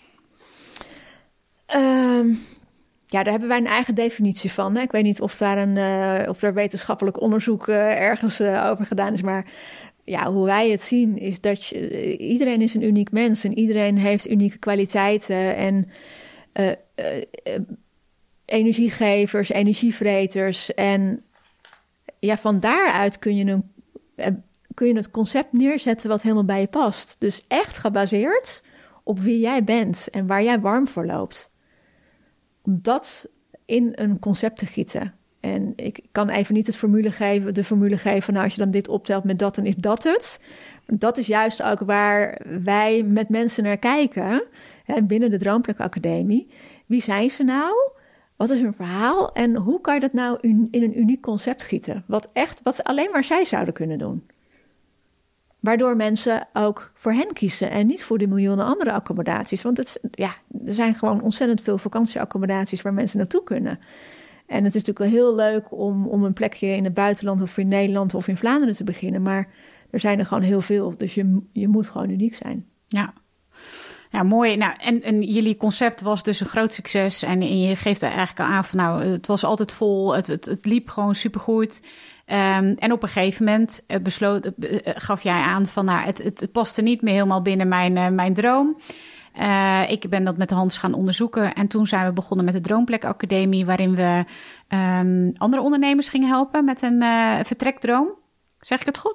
Um, ja, daar hebben wij een eigen definitie van. Hè. Ik weet niet of daar, een, uh, of daar wetenschappelijk onderzoek uh, ergens uh, over gedaan is. Maar ja, hoe wij het zien is dat je, uh, iedereen is een uniek mens. En iedereen heeft unieke kwaliteiten. En uh, uh, uh, energiegevers, energievreters. En ja, van daaruit kun je, een, kun je het concept neerzetten wat helemaal bij je past. Dus echt gebaseerd op wie jij bent en waar jij warm voor loopt. Om dat in een concept te gieten. En ik kan even niet het formule geven, de formule geven, nou als je dan dit optelt met dat, dan is dat het. Dat is juist ook waar wij met mensen naar kijken, hè, binnen de Droomplek Academie. Wie zijn ze nou? Wat is hun verhaal en hoe kan je dat nou in een uniek concept gieten? Wat echt, wat alleen maar zij zouden kunnen doen. Waardoor mensen ook voor hen kiezen en niet voor die miljoenen andere accommodaties. Want het, ja, er zijn gewoon ontzettend veel vakantieaccommodaties waar mensen naartoe kunnen. En het is natuurlijk wel heel leuk om, om een plekje in het buitenland of in Nederland of in Vlaanderen te beginnen. Maar er zijn er gewoon heel veel, dus je, je moet gewoon uniek zijn. Ja. Ja, mooi. Nou, en, en jullie concept was dus een groot succes. En, en je geeft er eigenlijk al aan van, nou, het was altijd vol. Het, het, het liep gewoon supergoed. Um, en op een gegeven moment uh, besloot, uh, gaf jij aan van, nou, het, het, het paste niet meer helemaal binnen mijn, uh, mijn droom. Uh, ik ben dat met Hans gaan onderzoeken. En toen zijn we begonnen met de Droomplek Academie, waarin we um, andere ondernemers gingen helpen met een uh, vertrekdroom. Zeg ik het goed? Ja.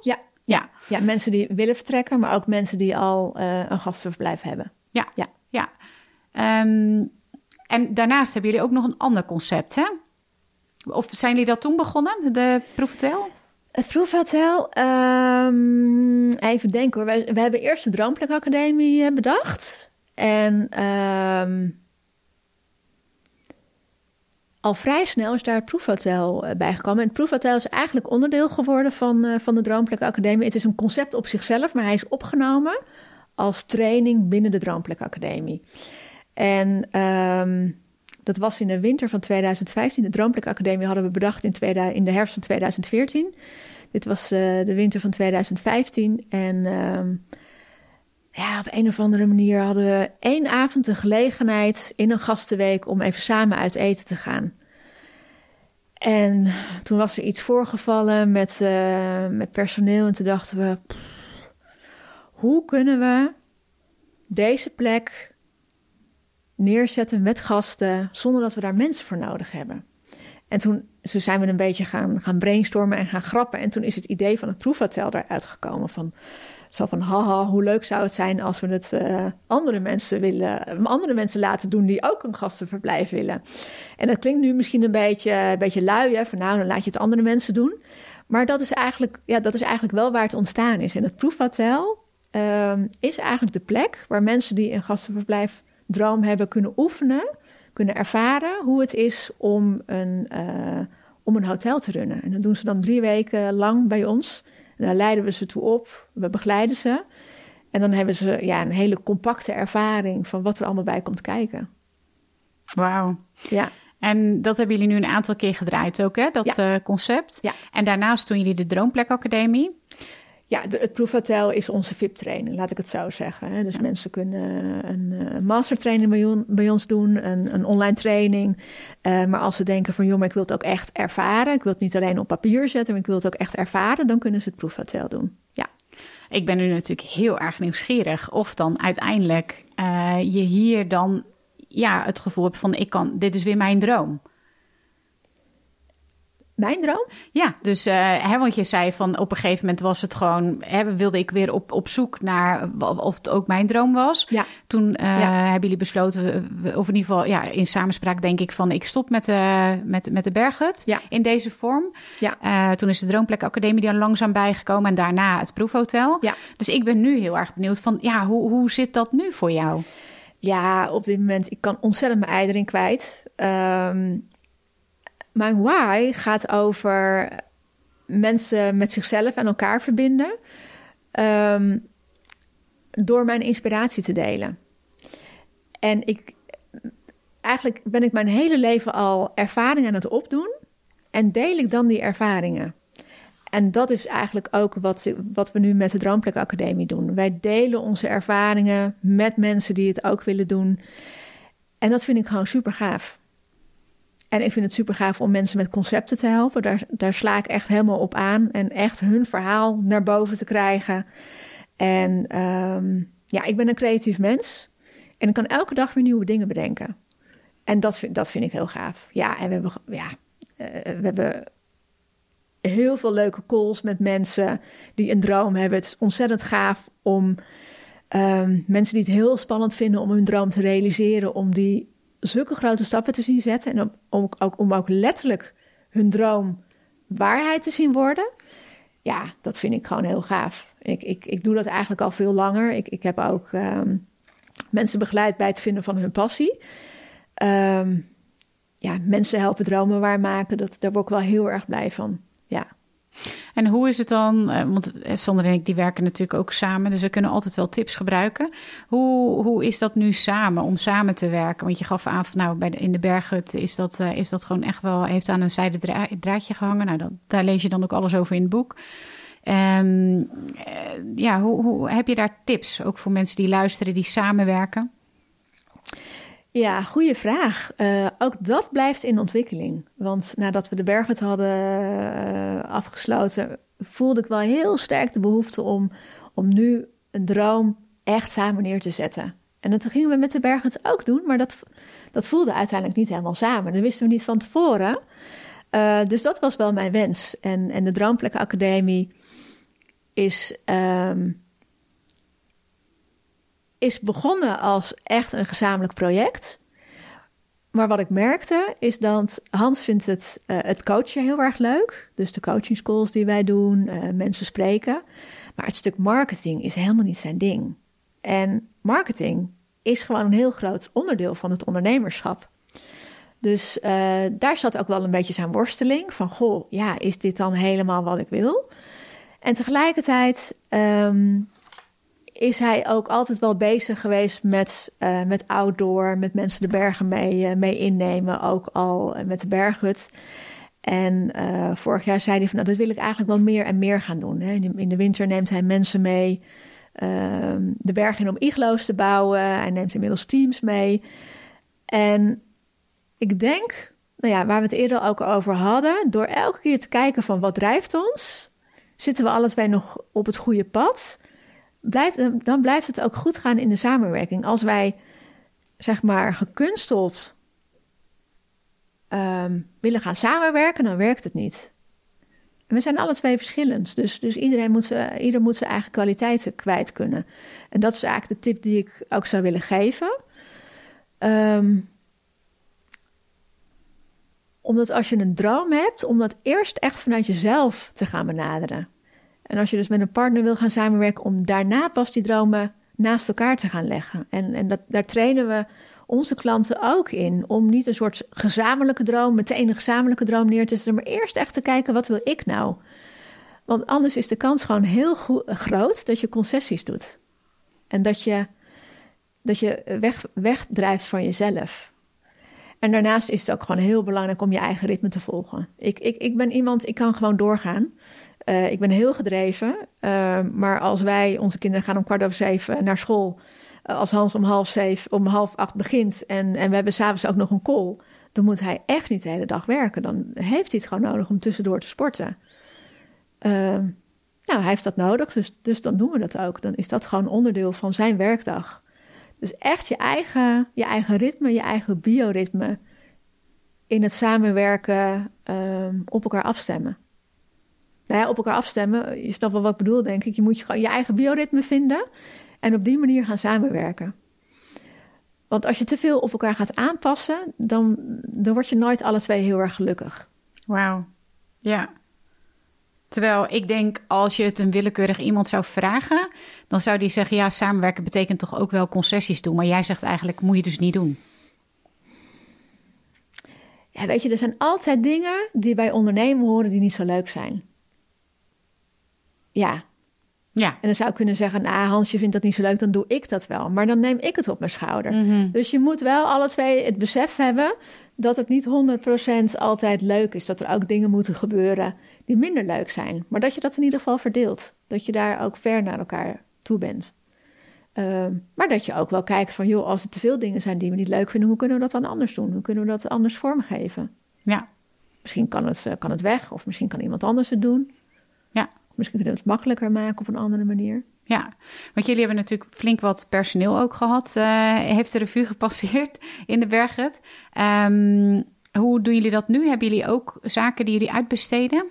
Ja. Ja, mensen die willen vertrekken, maar ook mensen die al uh, een gastenverblijf hebben. Ja, ja. ja. Um, en daarnaast hebben jullie ook nog een ander concept, hè? Of zijn jullie dat toen begonnen, de proefhotel? Het proefhotel, um, even denken hoor. We, we hebben eerst de Droomplek Academie uh, bedacht. En um, al vrij snel is daar het proefhotel uh, bijgekomen. En het proefhotel is eigenlijk onderdeel geworden van, uh, van de Droomplek Academie. Het is een concept op zichzelf, maar hij is opgenomen als training binnen de Droomplek Academie. En um, dat was in de winter van tweeduizend vijftien. De Droomplek Academie hadden we bedacht in, tweeduizend, in de herfst van tweeduizend veertien. Dit was uh, de winter van tweeduizend vijftien. En um, ja, op een of andere manier hadden we één avond de gelegenheid in een gastenweek om even samen uit eten te gaan. En toen was er iets voorgevallen met, uh, met personeel. En toen dachten we, pff, hoe kunnen we deze plek neerzetten met gasten zonder dat we daar mensen voor nodig hebben? En toen zo zijn we een beetje gaan, gaan brainstormen en gaan grappen. En toen is het idee van het proefhotel eruit gekomen. Van, zo van, haha, hoe leuk zou het zijn als we het uh, andere mensen willen, andere mensen laten doen die ook een gastenverblijf willen. En dat klinkt nu misschien een beetje, een beetje lui, hè, van nou, dan laat je het andere mensen doen. Maar dat is eigenlijk, ja, dat is eigenlijk wel waar het ontstaan is. En het proefhotel uh, is eigenlijk de plek waar mensen die een gastenverblijf droom hebben kunnen oefenen, kunnen ervaren hoe het is om een, uh, om een hotel te runnen. En dat doen ze dan drie weken lang bij ons. En daar leiden we ze toe op, we begeleiden ze. En dan hebben ze ja, een hele compacte ervaring van wat er allemaal bij komt kijken. Wauw. Ja. En dat hebben jullie nu een aantal keer gedraaid ook, hè? Dat ja. uh, concept. Ja. En daarnaast doen jullie de Droomplek Academie. Ja, de, het proefhotel is onze V I P-training, laat ik het zo zeggen. Hè. Dus ja. mensen kunnen een, een mastertraining bij, on, bij ons doen, een, een online training. Uh, maar als ze denken van, joh, maar ik wil het ook echt ervaren. Ik wil het niet alleen op papier zetten, maar ik wil het ook echt ervaren. Dan kunnen ze het proefhotel doen, ja. Ik ben nu natuurlijk heel erg nieuwsgierig of dan uiteindelijk uh, je hier dan ja, het gevoel hebt van, ik kan, dit is weer mijn droom. Mijn droom? Ja, dus uh, hè, want je zei van op een gegeven moment was het gewoon, hè, wilde ik weer op, op zoek naar of het ook mijn droom was. Ja. Toen uh, ja. hebben jullie besloten, of in ieder geval ja, in samenspraak denk ik van ik stop met de, met, met de Berghut ja. in deze vorm. Ja. Uh, toen is de Droomplek Academie daar langzaam bijgekomen en daarna het proefhotel. Ja. Dus ik ben nu heel erg benieuwd van ja, hoe, hoe zit dat nu voor jou? Ja, op dit moment, ik kan ontzettend mijn ei erin kwijt. Um, Mijn why gaat over mensen met zichzelf en elkaar verbinden. Um, door mijn inspiratie te delen. En ik, eigenlijk ben ik mijn hele leven al ervaringen aan het opdoen. En deel ik dan die ervaringen. En dat is eigenlijk ook wat, wat we nu met de Droomplek Academie doen. Wij delen onze ervaringen met mensen die het ook willen doen. En dat vind ik gewoon super gaaf. En ik vind het super gaaf om mensen met concepten te helpen. Daar, daar sla ik echt helemaal op aan. En echt hun verhaal naar boven te krijgen. En um, ja, ik ben een creatief mens. En ik kan elke dag weer nieuwe dingen bedenken. En dat vind, dat vind ik heel gaaf. Ja, en we hebben, ja, uh, we hebben heel veel leuke calls met mensen die een droom hebben. Het is ontzettend gaaf om um, mensen die het heel spannend vinden om hun droom te realiseren, om die zulke grote stappen te zien zetten. En om, om, ook, om ook letterlijk hun droom waarheid te zien worden. Ja, dat vind ik gewoon heel gaaf. Ik, ik, ik doe dat eigenlijk al veel langer. Ik, ik heb ook um, mensen begeleid bij het vinden van hun passie. Um, ja, mensen helpen dromen waarmaken. Dat, daar word ik wel heel erg blij van. Ja. En hoe is het dan, want Sander en ik die werken natuurlijk ook samen, dus we kunnen altijd wel tips gebruiken. Hoe, hoe is dat nu samen, om samen te werken? Want je gaf aan van nou, bij de, in de Berghut is dat, uh, is dat gewoon echt wel, heeft aan een zijden dra- draadje gehangen. Nou, dat, daar lees je dan ook alles over in het boek. Um, uh, ja, hoe, hoe heb je daar tips, ook voor mensen die luisteren, die samenwerken? Ja, goede vraag. Uh, ook dat blijft in ontwikkeling. Want nadat we de Berghut hadden uh, afgesloten, voelde ik wel heel sterk de behoefte om, om nu een droom echt samen neer te zetten. En dat gingen we met de Berghut ook doen, maar dat, dat voelde uiteindelijk niet helemaal samen. Dat wisten we niet van tevoren. Uh, dus dat was wel mijn wens. En, en de Droomplek Academie is, um, is begonnen als echt een gezamenlijk project. Maar wat ik merkte is dat Hans vindt het, uh, het coachen heel erg leuk. Dus de coaching schools die wij doen, uh, mensen spreken. Maar het stuk marketing is helemaal niet zijn ding. En marketing is gewoon een heel groot onderdeel van het ondernemerschap. Dus uh, daar zat ook wel een beetje zijn worsteling. Van, goh, ja, is dit dan helemaal wat ik wil? En tegelijkertijd um, is hij ook altijd wel bezig geweest met, uh, met outdoor, met mensen de bergen mee, uh, mee innemen, ook al uh, met de berghut. En uh, vorig jaar zei hij van, nou, dat wil ik eigenlijk wel meer en meer gaan doen. Hè. In, de, in de winter neemt hij mensen mee uh, de bergen in om iglo's te bouwen. Hij neemt inmiddels teams mee. En ik denk, nou ja, waar we het eerder ook over hadden, door elke keer te kijken van wat drijft ons, zitten we alle twee nog op het goede pad, blijft, dan blijft het ook goed gaan in de samenwerking. Als wij, zeg maar, gekunsteld um, willen gaan samenwerken, dan werkt het niet. En we zijn alle twee verschillend, dus, dus iedereen moet ze, ieder moet zijn eigen kwaliteiten kwijt kunnen. En dat is eigenlijk de tip die ik ook zou willen geven. Um, Omdat als je een droom hebt, om dat eerst echt vanuit jezelf te gaan benaderen. En als je dus met een partner wil gaan samenwerken, om daarna pas die dromen naast elkaar te gaan leggen. En, en dat, daar trainen we onze klanten ook in. Om niet een soort gezamenlijke droom, meteen een gezamenlijke droom neer te zetten. Maar eerst echt te kijken, wat wil ik nou? Want anders is de kans gewoon heel go- groot dat je concessies doet. En dat je, dat je weg, wegdrijft van jezelf. En daarnaast is het ook gewoon heel belangrijk om je eigen ritme te volgen. Ik, ik, ik ben iemand, ik kan gewoon doorgaan. Uh, ik ben heel gedreven. Uh, maar als wij, onze kinderen gaan om kwart over zeven naar school. Uh, als Hans om half zeven, om half acht begint en, en we hebben 's avonds ook nog een call, dan moet hij echt niet de hele dag werken. Dan heeft hij het gewoon nodig om tussendoor te sporten. Uh, nou, hij heeft dat nodig, dus, dus dan doen we dat ook. Dan is dat gewoon onderdeel van zijn werkdag. Dus echt je eigen, je eigen ritme, je eigen bioritme in het samenwerken um, op elkaar afstemmen. Nou ja, op elkaar afstemmen, je snapt wel wat ik bedoel, denk ik. Je moet je gewoon je eigen bioritme vinden en op die manier gaan samenwerken. Want als je te veel op elkaar gaat aanpassen, dan, dan word je nooit alle twee heel erg gelukkig. Wauw, ja. Terwijl ik denk, als je het een willekeurig iemand zou vragen, dan zou die zeggen, ja, samenwerken betekent toch ook wel concessies doen. Maar jij zegt eigenlijk, moet je dus niet doen. Ja, weet je, er zijn altijd dingen die bij ondernemen horen die niet zo leuk zijn. Ja. Ja. En dan zou ik kunnen zeggen, nou, Hans, je vindt dat niet zo leuk, dan doe ik dat wel. Maar dan neem ik het op mijn schouder. Mm-hmm. Dus je moet wel alle twee het besef hebben dat het niet honderd procent altijd leuk is. Dat er ook dingen moeten gebeuren die minder leuk zijn. Maar dat je dat in ieder geval verdeelt. Dat je daar ook ver naar elkaar toe bent. Uh, maar dat je ook wel kijkt van, joh, als er te veel dingen zijn die we niet leuk vinden, hoe kunnen we dat dan anders doen? Hoe kunnen we dat anders vormgeven? Ja. Misschien kan het, uh, kan het weg, of misschien kan iemand anders het doen. Ja. Misschien kunnen we het makkelijker maken op een andere manier. Ja, want jullie hebben natuurlijk flink wat personeel ook gehad. Uh, heeft de revue gepasseerd in de berghut. Um, hoe doen jullie dat nu? Hebben jullie ook zaken die jullie uitbesteden?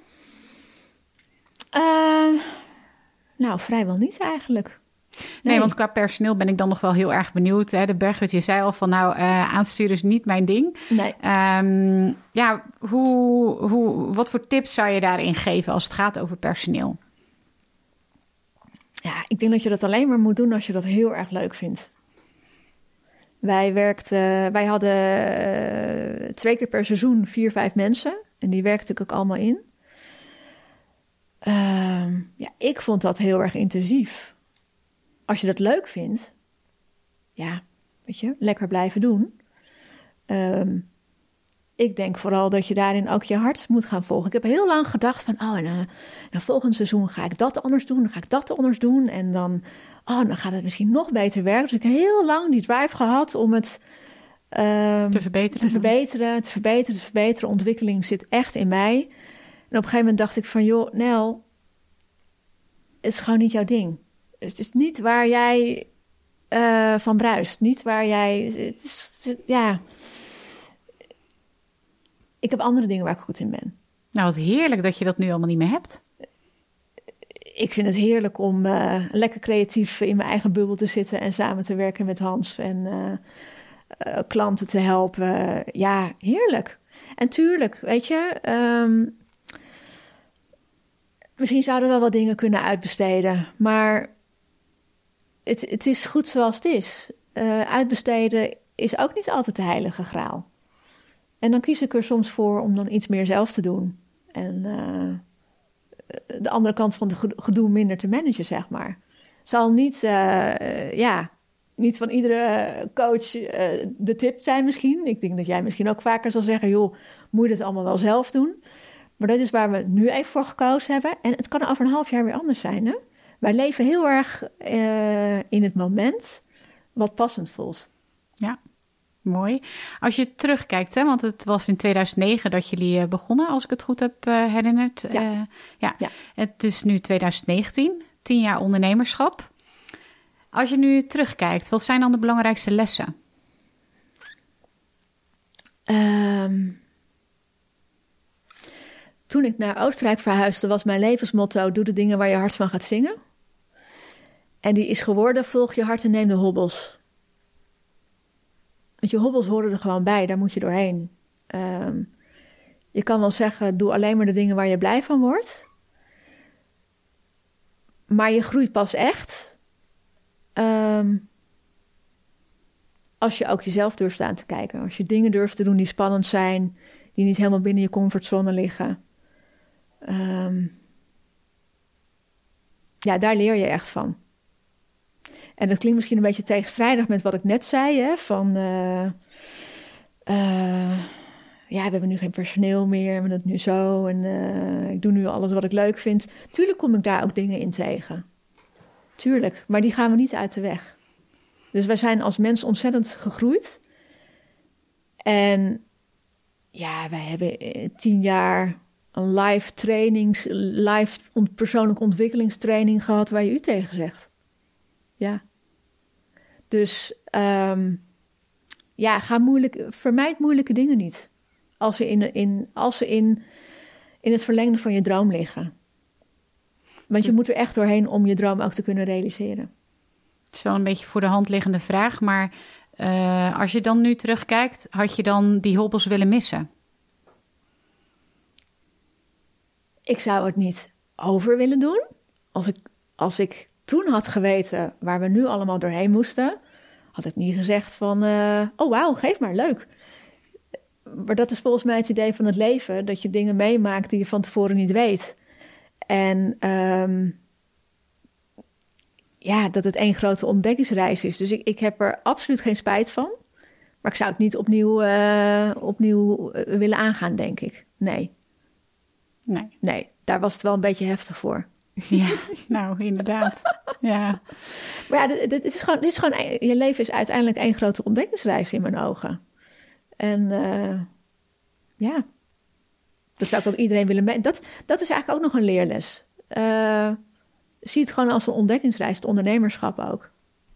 Uh, nou, vrijwel niet eigenlijk. Nee. nee, want qua personeel ben ik dan nog wel heel erg benieuwd. Hè? De berghut, je zei al van nou, uh, aansturen is niet mijn ding. Nee. Um, ja, hoe, hoe, wat voor tips zou je daarin geven als het gaat over personeel? Ja, ik denk dat je dat alleen maar moet doen als je dat heel erg leuk vindt. Wij werkten, wij hadden uh, twee keer per seizoen vier, vijf mensen. En die werkte ik ook allemaal in. Uh, ja, ik vond dat heel erg intensief. Als je dat leuk vindt, ja, weet je, lekker blijven doen. Um, ik denk vooral dat je daarin ook je hart moet gaan volgen. Ik heb heel lang gedacht van, oh, en uh, nou, volgend seizoen ga ik dat anders doen, dan ga ik dat anders doen. En dan, oh, dan gaat het misschien nog beter werken. Dus ik heb heel lang die drive gehad om het um, te verbeteren. Te verbeteren, te verbeteren, te verbeteren. Ontwikkeling zit echt in mij. En op een gegeven moment dacht ik van, joh, Nel, het is gewoon niet jouw ding. Het is niet waar jij uh, van bruist. Niet waar jij, het is, ja... Ik heb andere dingen waar ik goed in ben. Nou, wat heerlijk dat je dat nu allemaal niet meer hebt. ik vind het heerlijk om uh, lekker creatief in mijn eigen bubbel te zitten en samen te werken met Hans en uh, uh, klanten te helpen. Ja, heerlijk. En tuurlijk, weet je, um, misschien zouden we wel wat dingen kunnen uitbesteden, maar het, het is goed zoals het is. Uh, uitbesteden is ook niet altijd de heilige graal. En dan kies ik er soms voor om dan iets meer zelf te doen. En uh, de andere kant van het gedoe minder te managen, zeg maar. Zal niet, uh, ja, niet van iedere coach uh, de tip zijn misschien. Ik denk dat jij misschien ook vaker zal zeggen, joh, moet je dat allemaal wel zelf doen? Maar dat is waar we nu even voor gekozen hebben. En het kan over een half jaar weer anders zijn, hè? Wij leven heel erg uh, in het moment wat passend voelt. Ja, mooi. Als je terugkijkt, hè, want het was in tweeduizend negen dat jullie begonnen, als ik het goed heb uh, herinnerd. Ja. Uh, ja. ja. Het is nu tweeduizend negentien, tien jaar ondernemerschap. Als je nu terugkijkt, wat zijn dan de belangrijkste lessen? Um, toen ik naar Oostenrijk verhuisde, was mijn levensmotto: doe de dingen waar je hart van gaat zingen. En die is geworden: volg je hart en neem de hobbels. Want je hobbels horen er gewoon bij, daar moet je doorheen. Um, je kan wel zeggen, doe alleen maar de dingen waar je blij van wordt. Maar je groeit pas echt um, als je ook jezelf durft aan te kijken. Als je dingen durft te doen die spannend zijn, die niet helemaal binnen je comfortzone liggen. Um, ja, daar leer je echt van. En dat klinkt misschien een beetje tegenstrijdig met wat ik net zei, hè, van uh, uh, ja, we hebben nu geen personeel meer, we hebben het nu zo en uh, ik doe nu alles wat ik leuk vind. Tuurlijk kom ik daar ook dingen in tegen. Tuurlijk, maar die gaan we niet uit de weg. Dus wij zijn als mens ontzettend gegroeid. En ja, wij hebben tien jaar een live trainings, live on, persoonlijke ontwikkelingstraining gehad waar je u tegen zegt. Ja. Dus um, ja, ga moeilijk, vermijd moeilijke dingen niet. Als ze, in, in, als ze in, in het verlengde van je droom liggen. Want je moet er echt doorheen om je droom ook te kunnen realiseren. Het is wel een beetje voor de hand liggende vraag, maar uh, als je dan nu terugkijkt, had je dan die hobbels willen missen? Ik zou het niet over willen doen. Als ik, als ik toen had geweten waar we nu allemaal doorheen moesten, had ik niet gezegd van, uh, oh wauw, geef maar, leuk. Maar dat is volgens mij het idee van het leven, dat je dingen meemaakt die je van tevoren niet weet. En um, ja, dat het één grote ontdekkingsreis is. Dus ik, ik heb er absoluut geen spijt van. Maar ik zou het niet opnieuw, uh, opnieuw uh, willen aangaan, denk ik. Nee. Nee. Nee, daar was het wel een beetje heftig voor. Ja, nou, inderdaad. Ja. Maar ja, dit, dit is gewoon, dit is gewoon, je leven is uiteindelijk één grote ontdekkingsreis in mijn ogen. En uh, ja, dat zou ik ook iedereen willen mee. Dat, dat is eigenlijk ook nog een leerles. Uh, zie het gewoon als een ontdekkingsreis, het ondernemerschap ook.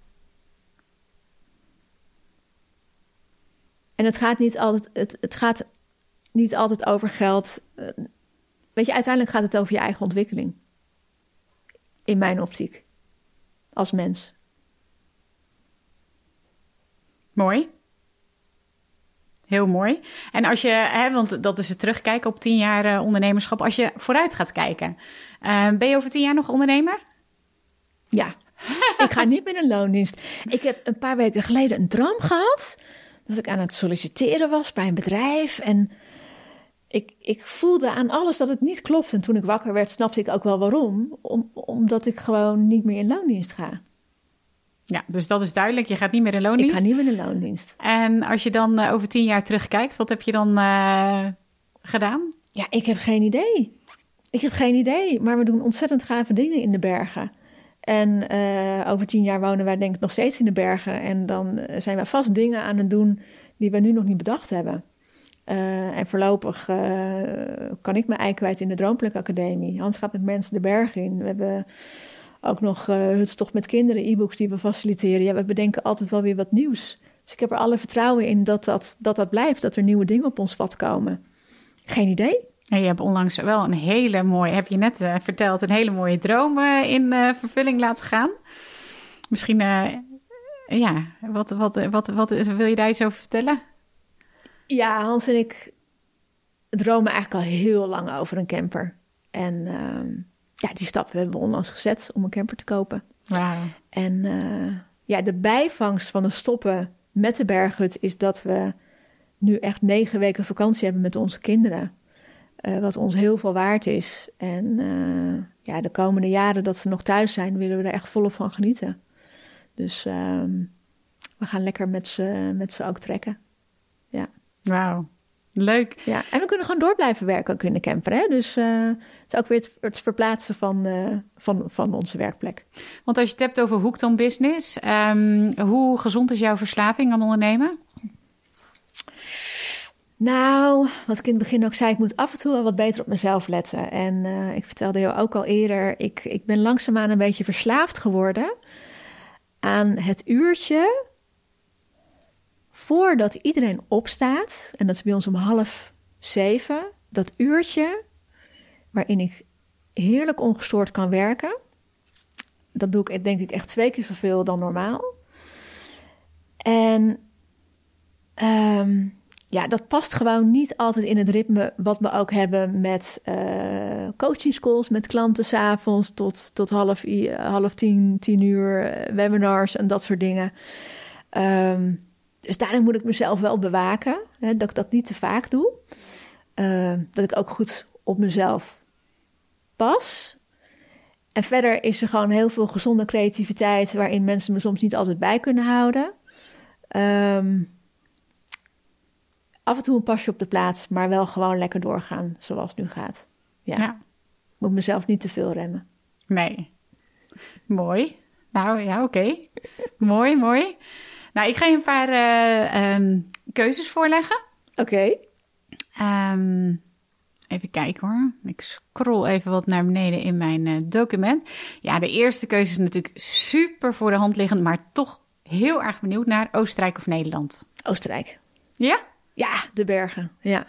En het gaat niet altijd, het, het gaat niet altijd over geld. Uh, weet je, uiteindelijk gaat het over je eigen ontwikkeling. In mijn optiek. Als mens. Mooi. Heel mooi. En als je, hè, want dat is het terugkijken op tien jaar uh, ondernemerschap. Als je vooruit gaat kijken. Uh, ben je over tien jaar nog ondernemer? Ja. Ik ga niet meer in loondienst. Ik heb een paar weken geleden een droom gehad. Dat ik aan het solliciteren was bij een bedrijf. En ik, ik voelde aan alles dat het niet klopt. En toen ik wakker werd, snapte ik ook wel waarom. Om, omdat ik gewoon niet meer in loondienst ga. Ja, dus dat is duidelijk. Je gaat niet meer in loondienst. Ik ga niet meer in loondienst. En als je dan uh, over tien jaar terugkijkt, wat heb je dan uh, gedaan? Ja, ik heb geen idee. Ik heb geen idee. Maar we doen ontzettend gave dingen in de bergen. En uh, over tien jaar wonen wij denk ik nog steeds in de bergen. En dan zijn we vast dingen aan het doen die we nu nog niet bedacht hebben. Uh, en voorlopig uh, kan ik mijn ei kwijt in de Droomplek Academie. Hans gaat met mensen de bergen in. We hebben ook nog uh, Hutstocht met kinderen, e-books die we faciliteren. Ja, we bedenken altijd wel weer wat nieuws. Dus ik heb er alle vertrouwen in dat dat, dat dat blijft. Dat er nieuwe dingen op ons pad komen. Geen idee. En je hebt onlangs wel een hele mooie, heb je net uh, verteld, een hele mooie droom uh, in uh, vervulling laten gaan. Misschien, uh, ja, wat, wat, wat, wat, wat wil je daar iets over vertellen? Ja, Hans en ik dromen eigenlijk al heel lang over een camper. En uh, ja, die stap hebben we onlangs gezet om een camper te kopen. Wow. En uh, ja, de bijvangst van het stoppen met de berghut is dat we nu echt negen weken vakantie hebben met onze kinderen. Uh, wat ons heel veel waard is. En uh, ja, de komende jaren dat ze nog thuis zijn, willen we er echt volop van genieten. Dus uh, we gaan lekker met ze, met ze ook trekken. Ja. Wauw, leuk. Ja, en we kunnen gewoon door blijven werken ook in de camper. Hè? Dus uh, het is ook weer het, het verplaatsen van, uh, van, van onze werkplek. Want als je het hebt over Hooked on Business, um, hoe gezond is jouw verslaving aan ondernemen? Nou, wat ik in het begin ook zei, ik moet af en toe wel wat beter op mezelf letten. En uh, ik vertelde jou ook al eerder, ik, ik ben langzaamaan een beetje verslaafd geworden aan het uurtje voordat iedereen opstaat. En dat is bij ons om half zeven. Dat uurtje waarin ik heerlijk ongestoord kan werken. Dat doe ik denk ik echt twee keer zoveel dan normaal. En um, ja, dat past gewoon niet altijd in het ritme wat we ook hebben met uh, coaching schools, met klanten 's avonds tot, tot half, half tien, tien uur, uh, webinars en dat soort dingen. Um, dus daarin moet ik mezelf wel bewaken, hè, dat ik dat niet te vaak doe. Uh, dat ik ook goed op mezelf pas. En verder is er gewoon heel veel gezonde creativiteit waarin mensen me soms niet altijd bij kunnen houden. Um, Af en toe een pasje op de plaats, maar wel gewoon lekker doorgaan zoals het nu gaat. Ja. ja. Moet mezelf niet te veel remmen. Nee. Mooi. Nou ja, oké. Okay. mooi, mooi. Nou, ik ga je een paar uh, um, keuzes voorleggen. Oké. Okay. Um, even kijken hoor. Ik scroll even wat naar beneden in mijn uh, document. Ja, de eerste keuze is natuurlijk super voor de hand liggend, maar toch heel erg benieuwd naar Oostenrijk of Nederland. Oostenrijk. Ja? Ja, de bergen, ja.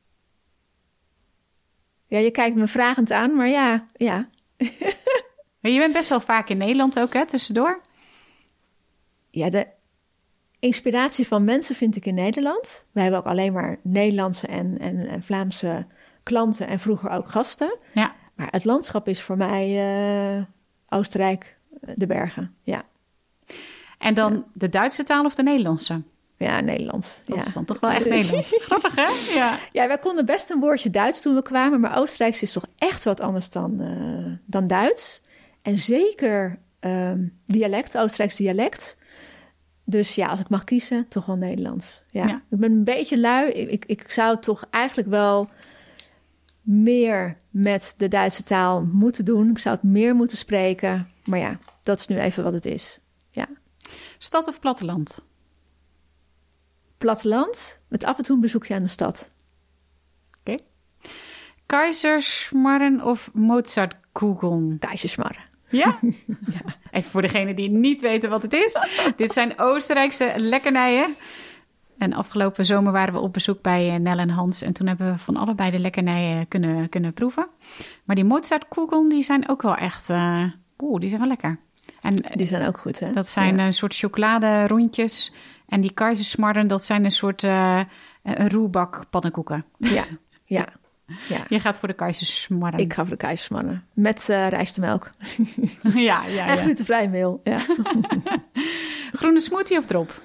Ja, je kijkt me vragend aan, maar ja, ja. Maar je bent best wel vaak in Nederland ook, hè, tussendoor? Ja, de inspiratie van mensen vind ik in Nederland. We hebben ook alleen maar Nederlandse en, en, en Vlaamse klanten en vroeger ook gasten. Ja. Maar het landschap is voor mij uh, Oostenrijk, de bergen, ja. En dan ja. de Duitse taal of de Nederlandse? Ja, Nederland. Dat ja. is dan toch wel echt Nederlands. Grappig, hè? Ja. Ja, wij konden best een woordje Duits toen we kwamen, maar Oostenrijks is toch echt wat anders dan, uh, dan Duits. En zeker um, dialect, Oostenrijks dialect. Dus ja, als ik mag kiezen, toch wel Nederlands. Ja. Ja. Ik ben een beetje lui. Ik, ik, ik zou toch eigenlijk wel meer met de Duitse taal moeten doen. Ik zou het meer moeten spreken. Maar ja, dat is nu even wat het is. Ja. Stad of platteland? Platteland, met af en toe een bezoekje aan de stad. Oké. Okay. Kaiserschmarren of Mozartkugeln? Kaiserschmarren. Ja? Ja? Even voor degenen die niet weten wat het is. Dit zijn Oostenrijkse lekkernijen. En afgelopen zomer waren we op bezoek bij Nel en Hans. En toen hebben we van allebei de lekkernijen kunnen, kunnen proeven. Maar die Mozartkugeln, die zijn ook wel echt... Uh, Oeh, die zijn wel lekker. En, die zijn ook goed, hè? Dat zijn ja. een soort chocoladerondjes. En die Kaiserschmarren, dat zijn een soort uh, een roerbak pannenkoeken. Ja, ja. Ja. Je gaat voor de Kaiserschmarren. Ik ga voor de Kaiserschmarren. Met uh, rijstmelk. Ja, ja, en ja. glutenvrij meel. Ja. Groene smoothie of drop?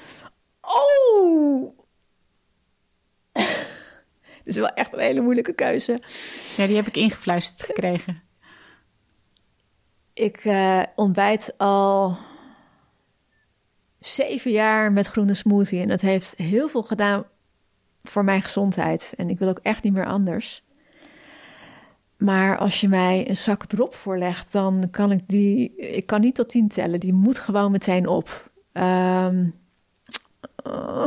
Oh! Dit is wel echt een hele moeilijke keuze. Ja, die heb ik ingefluisterd gekregen. Ik uh, ontbijt al zeven jaar met groene smoothie. En dat heeft heel veel gedaan voor mijn gezondheid. En ik wil ook echt niet meer anders. Maar als je mij een zak drop voorlegt, dan kan ik die... Ik kan niet tot tien tellen. Die moet gewoon meteen op. Um, uh,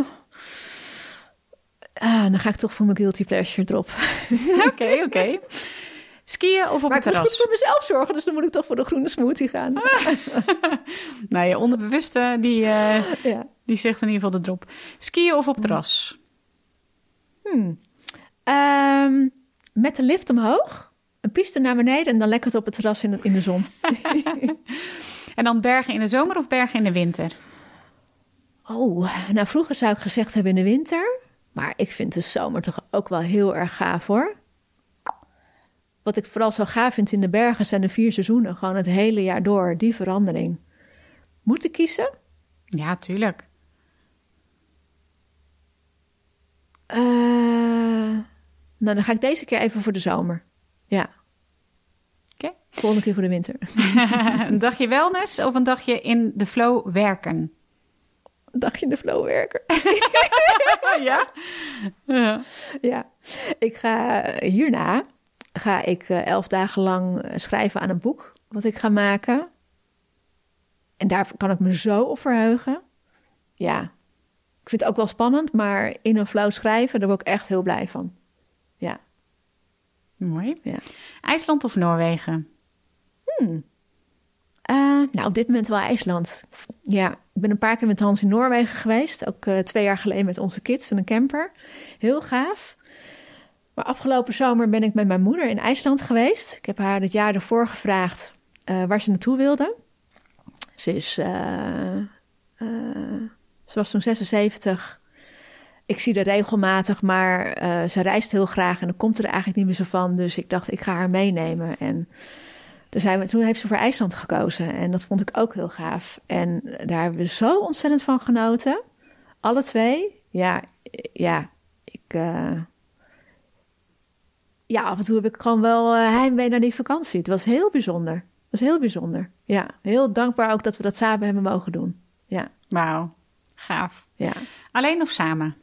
ah, dan ga ik toch voor mijn guilty pleasure drop. Oké, oké. Okay, okay. Skiën of op maar het terras? Maar ik moet goed voor mezelf zorgen, dus dan moet ik toch voor de groene smoothie gaan. Nou, je onderbewuste, die, uh, ja. die zegt in ieder geval de drop. Skiën of op het terras? Hmm. Um, met de lift omhoog, een piste naar beneden en dan lekker op het terras in de, in de zon. En dan bergen in de zomer of bergen in de winter? Oh, nou vroeger zou ik gezegd hebben in de winter. Maar ik vind de zomer toch ook wel heel erg gaaf hoor. Wat ik vooral zo gaaf vind in de bergen zijn de vier seizoenen. Gewoon het hele jaar door, die verandering. Moet ik kiezen? Ja, tuurlijk. Uh, nou, dan ga ik deze keer even voor de zomer. Ja. Oké. Okay. Volgende keer voor de winter. Een dagje wellness of een dagje in de flow werken? Een dagje in de flow werken. Ja? Ja. Ja. Ik ga hierna ga ik elf dagen lang schrijven aan een boek wat ik ga maken. En daar kan ik me zo op verheugen. Ja. Ik vind het ook wel spannend, maar in een flow schrijven, daar word ik echt heel blij van. Ja. Mooi. Ja. IJsland of Noorwegen? Hmm. Uh, nou, op dit moment wel IJsland. Ja, ik ben een paar keer met Hans in Noorwegen geweest. Ook uh, twee jaar geleden met onze kids en een camper. Heel gaaf. Maar afgelopen zomer ben ik met mijn moeder in IJsland geweest. Ik heb haar het jaar ervoor gevraagd uh, waar ze naartoe wilde. Ze is... Uh, uh, ze was toen zesenzeventig. Ik zie haar regelmatig, maar uh, ze reist heel graag en dan komt er eigenlijk niet meer zo van. Dus ik dacht, ik ga haar meenemen. En toen, zijn we, toen heeft ze voor IJsland gekozen en dat vond ik ook heel gaaf. En daar hebben we zo ontzettend van genoten. Alle twee. Ja, ja, ik... Uh, ja, af en toe heb ik gewoon wel uh, heimwee naar die vakantie. Het was heel bijzonder. Het was heel bijzonder. Ja, heel dankbaar ook dat we dat samen hebben mogen doen. Ja. Wauw, gaaf. Ja. Alleen of samen?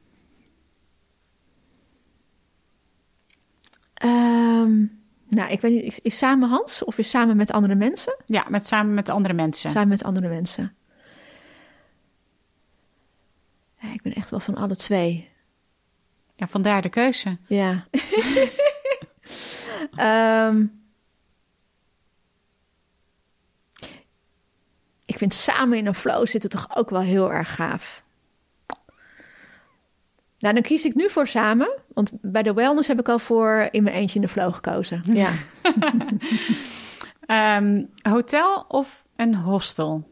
Um, nou, ik weet niet, is, is samen Hans of is samen met andere mensen? Ja, met, samen met andere mensen. Samen met andere mensen. Ja, ik ben echt wel van alle twee. Ja, vandaar de keuze. Ja. um, ik vind samen in een flow zitten toch ook wel heel erg gaaf. Nou, dan kies ik nu voor samen. Want bij de wellness heb ik al voor in mijn eentje in de flow gekozen. Ja. um, hotel of een hostel?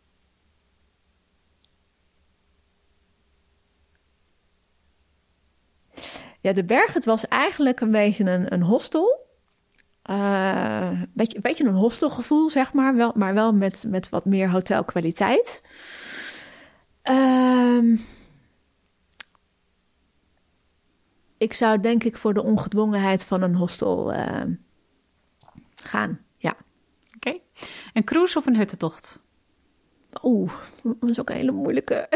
Ja, de Berg, het was eigenlijk een beetje een, een hostel. Uh, een beetje, een beetje een hostelgevoel, zeg maar. Wel, maar wel met, met wat meer hotelkwaliteit. Um, ik zou denk ik voor de ongedwongenheid van een hostel uh, gaan, ja. Oké. Okay. Een cruise of een huttentocht? Oeh, dat is ook een hele moeilijke.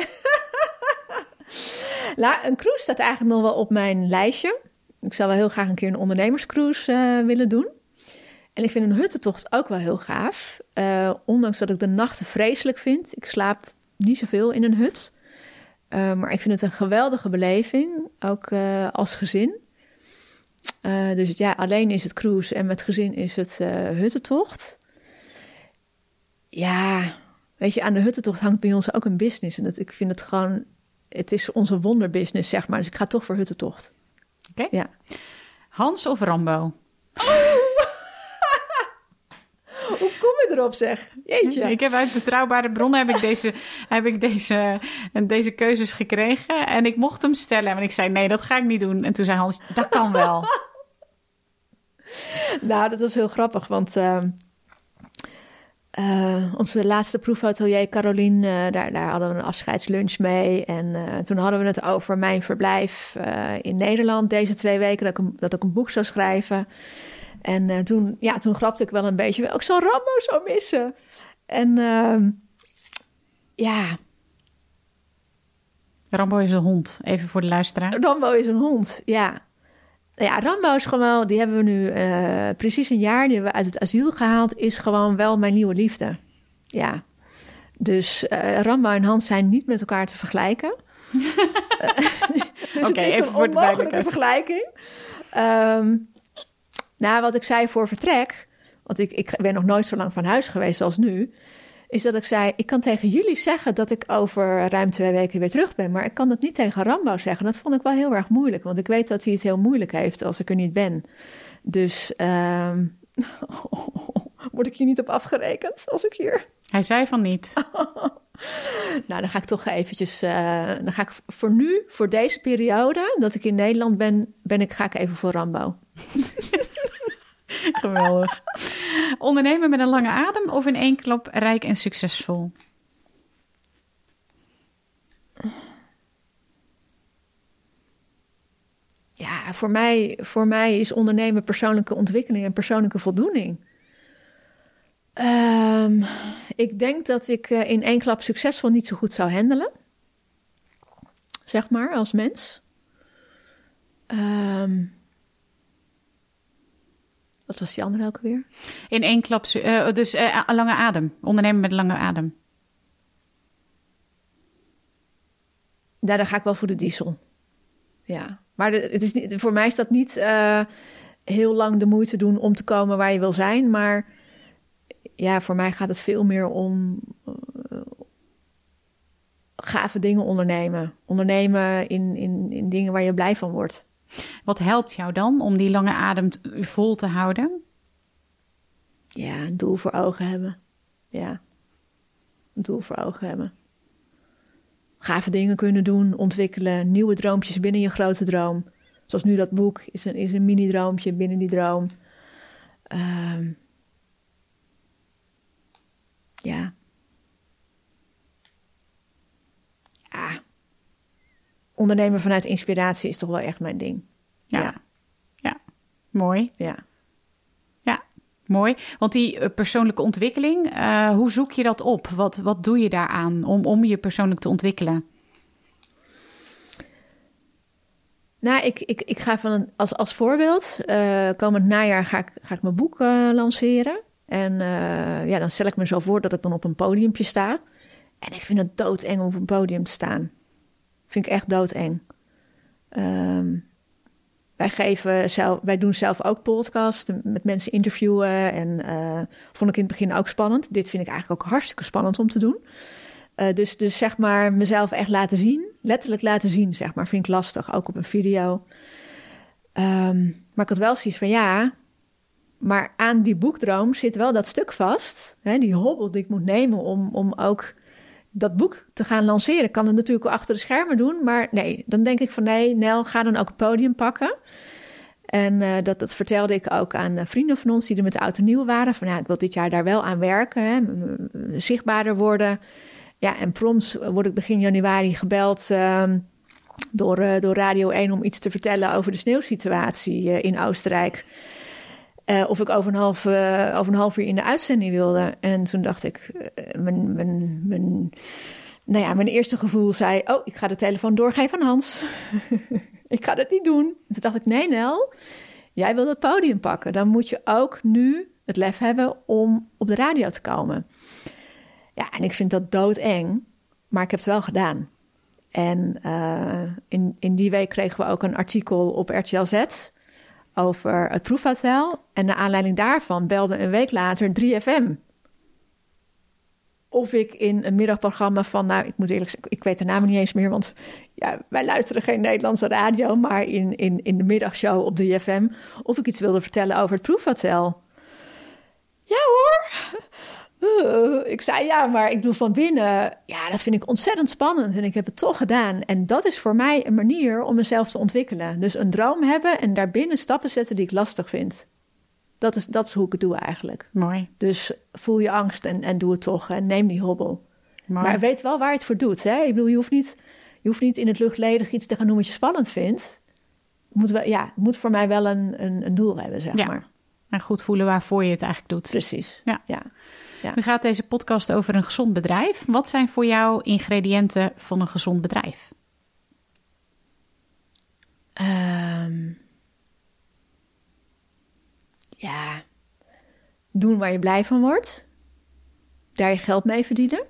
Nou, een cruise staat eigenlijk nog wel op mijn lijstje. Ik zou wel heel graag een keer een ondernemerscruise uh, willen doen. En ik vind een huttentocht ook wel heel gaaf. Uh, ondanks dat ik de nachten vreselijk vind. Ik slaap niet zoveel in een hut. Uh, maar ik vind het een geweldige beleving. Ook uh, als gezin. Uh, dus ja, alleen is het cruise en met gezin is het uh, huttentocht. Ja, weet je, aan de huttentocht hangt bij ons ook een business. En dat, ik vind het gewoon... Het is onze wonderbusiness, zeg maar. Dus ik ga toch voor huttentocht. Oké. Okay. Ja. Hans of Rambo? Oh! Hoe kom je erop, zeg? Jeetje. Ik heb uit betrouwbare bronnen heb ik deze, heb ik deze, deze keuzes gekregen. En ik mocht hem stellen. En ik zei, nee, dat ga ik niet doen. En toen zei Hans, dat kan wel. Nou, dat was heel grappig, want... Uh, Uh, onze laatste proefhotelier, Caroline, uh, daar, daar hadden we een afscheidslunch mee. En uh, toen hadden we het over mijn verblijf uh, in Nederland deze twee weken. Dat ik, een, dat ik een boek zou schrijven. En uh, toen, ja, toen grapte ik wel een beetje. Ik zal Rambo zo missen. En uh, ja... Rambo is een hond, even voor de luisteraar. Rambo is een hond, ja. Ja, Rambo is gewoon, die hebben we nu uh, precies een jaar, die hebben we uit het asiel gehaald, is gewoon wel mijn nieuwe liefde. Ja, dus uh, Rambo en Hans zijn niet met elkaar te vergelijken. dus Oké, okay, het is even een voor de onmogelijke vergelijking. Um, nou, wat ik zei voor vertrek, want ik, ik ben nog nooit zo lang van huis geweest als nu. is dat ik zei, ik kan tegen jullie zeggen dat ik over ruim twee weken weer terug ben, maar ik kan dat niet tegen Rambo zeggen. Dat vond ik wel heel erg moeilijk, want ik weet dat hij het heel moeilijk heeft als ik er niet ben. Dus um, word ik hier niet op afgerekend als ik hier... Hij zei van niet. Nou, dan ga ik toch eventjes... Uh, dan ga ik voor nu, voor deze periode, dat ik in Nederland ben, ben ik, ga ik even voor Rambo. Geweldig. Ondernemen met een lange adem of in één klap rijk en succesvol? Ja, voor mij, voor mij is ondernemen persoonlijke ontwikkeling en persoonlijke voldoening. Um, ik denk dat ik uh, in één klap succesvol niet zo goed zou handelen. Zeg maar, als mens. Um, wat was die andere ook weer? In één klap, uh, dus uh, een lange adem. Ondernemen met een lange adem. Ja, dan ga ik wel voor de diesel. Ja, maar de, het is niet, voor mij is dat niet uh, heel lang de moeite doen om te komen waar je wil zijn. Maar ja, voor mij gaat het veel meer om uh, gave dingen ondernemen. Ondernemen in, in, in dingen waar je blij van wordt. Wat helpt jou dan om die lange adem vol te houden? Ja, een doel voor ogen hebben. Ja, een doel voor ogen hebben. Gave dingen kunnen doen, ontwikkelen, nieuwe droompjes binnen je grote droom. Zoals nu dat boek is een, is een mini-droompje binnen die droom. Um, ja. Ah. Ondernemen vanuit inspiratie is toch wel echt mijn ding. Ja, ja, ja. Mooi. Ja. Ja, mooi. Want die uh, persoonlijke ontwikkeling, uh, hoe zoek je dat op? Wat, wat doe je daaraan om, om je persoonlijk te ontwikkelen? Nou, ik, ik, ik ga van een, als, als voorbeeld, uh, komend najaar ga ik, ga ik mijn boek uh, lanceren. En uh, ja, dan stel ik me zo voor dat ik dan op een podiumpje sta. En ik vind het doodeng om op een podium te staan. Vind ik echt doodeng. Um, wij, geven zelf, wij doen zelf ook podcasts, met mensen interviewen. En uh, vond ik in het begin ook spannend. Dit vind ik eigenlijk ook hartstikke spannend om te doen. Uh, dus, dus zeg maar mezelf echt laten zien. Letterlijk laten zien, zeg maar. Vind ik lastig, ook op een video. Um, maar ik had wel zoiets van, ja... Maar aan die boekdroom zit wel dat stuk vast. Hè, die hobbel die ik moet nemen om, om ook dat boek te gaan lanceren. Ik kan het natuurlijk wel achter de schermen doen. Maar nee, dan denk ik van nee, Nel, ga dan ook een podium pakken. En uh, dat, dat vertelde ik ook aan uh, vrienden van ons die er met de oud en nieuw waren. Van ja, ik wil dit jaar daar wel aan werken. Hè, zichtbaarder worden. Ja, en prompt word ik begin januari gebeld uh, door, uh, door Radio één om iets te vertellen over de sneeuwsituatie uh, in Oostenrijk. Uh, of ik over een, half, uh, over een half uur in de uitzending wilde. En toen dacht ik, uh, mijn, mijn, mijn, nou ja, mijn eerste gevoel zei... oh, ik ga de telefoon doorgeven aan Hans. Ik ga dat niet doen. En toen dacht ik, nee Nel, jij wil het podium pakken. Dan moet je ook nu het lef hebben om op de radio te komen. Ja, en ik vind dat doodeng, maar ik heb het wel gedaan. En uh, in, in die week kregen we ook een artikel op R T L Z... over het proefhotel. En naar aanleiding daarvan belde een week later drie F M. Of ik in een middagprogramma van... nou, ik moet eerlijk zeggen, ik weet de naam niet eens meer... want ja, wij luisteren geen Nederlandse radio... maar in, in, in de middagshow op drie F M... of ik iets wilde vertellen over het proefhotel. Ja hoor! Uh, ik zei ja, maar ik doe van binnen... ja, dat vind ik ontzettend spannend en ik heb het toch gedaan. En dat is voor mij een manier om mezelf te ontwikkelen. Dus een droom hebben en daarbinnen stappen zetten die ik lastig vind. Dat is, dat is hoe ik het doe eigenlijk. Mooi. Dus voel je angst en, en doe het toch en neem die hobbel. Mooi. Maar weet wel waar je het voor doet. Hè? Ik bedoel, je hoeft, niet, je hoeft niet in het luchtledig iets te gaan doen wat je spannend vindt. Het moet, wel, ja, het moet voor mij wel een, een, een doel hebben, zeg ja. maar. En goed voelen waarvoor je het eigenlijk doet. Precies, ja. ja. Ja. Nu gaat deze podcast over een gezond bedrijf. Wat zijn voor jou ingrediënten van een gezond bedrijf? Um, ja, doen waar je blij van wordt. Daar je geld mee verdienen.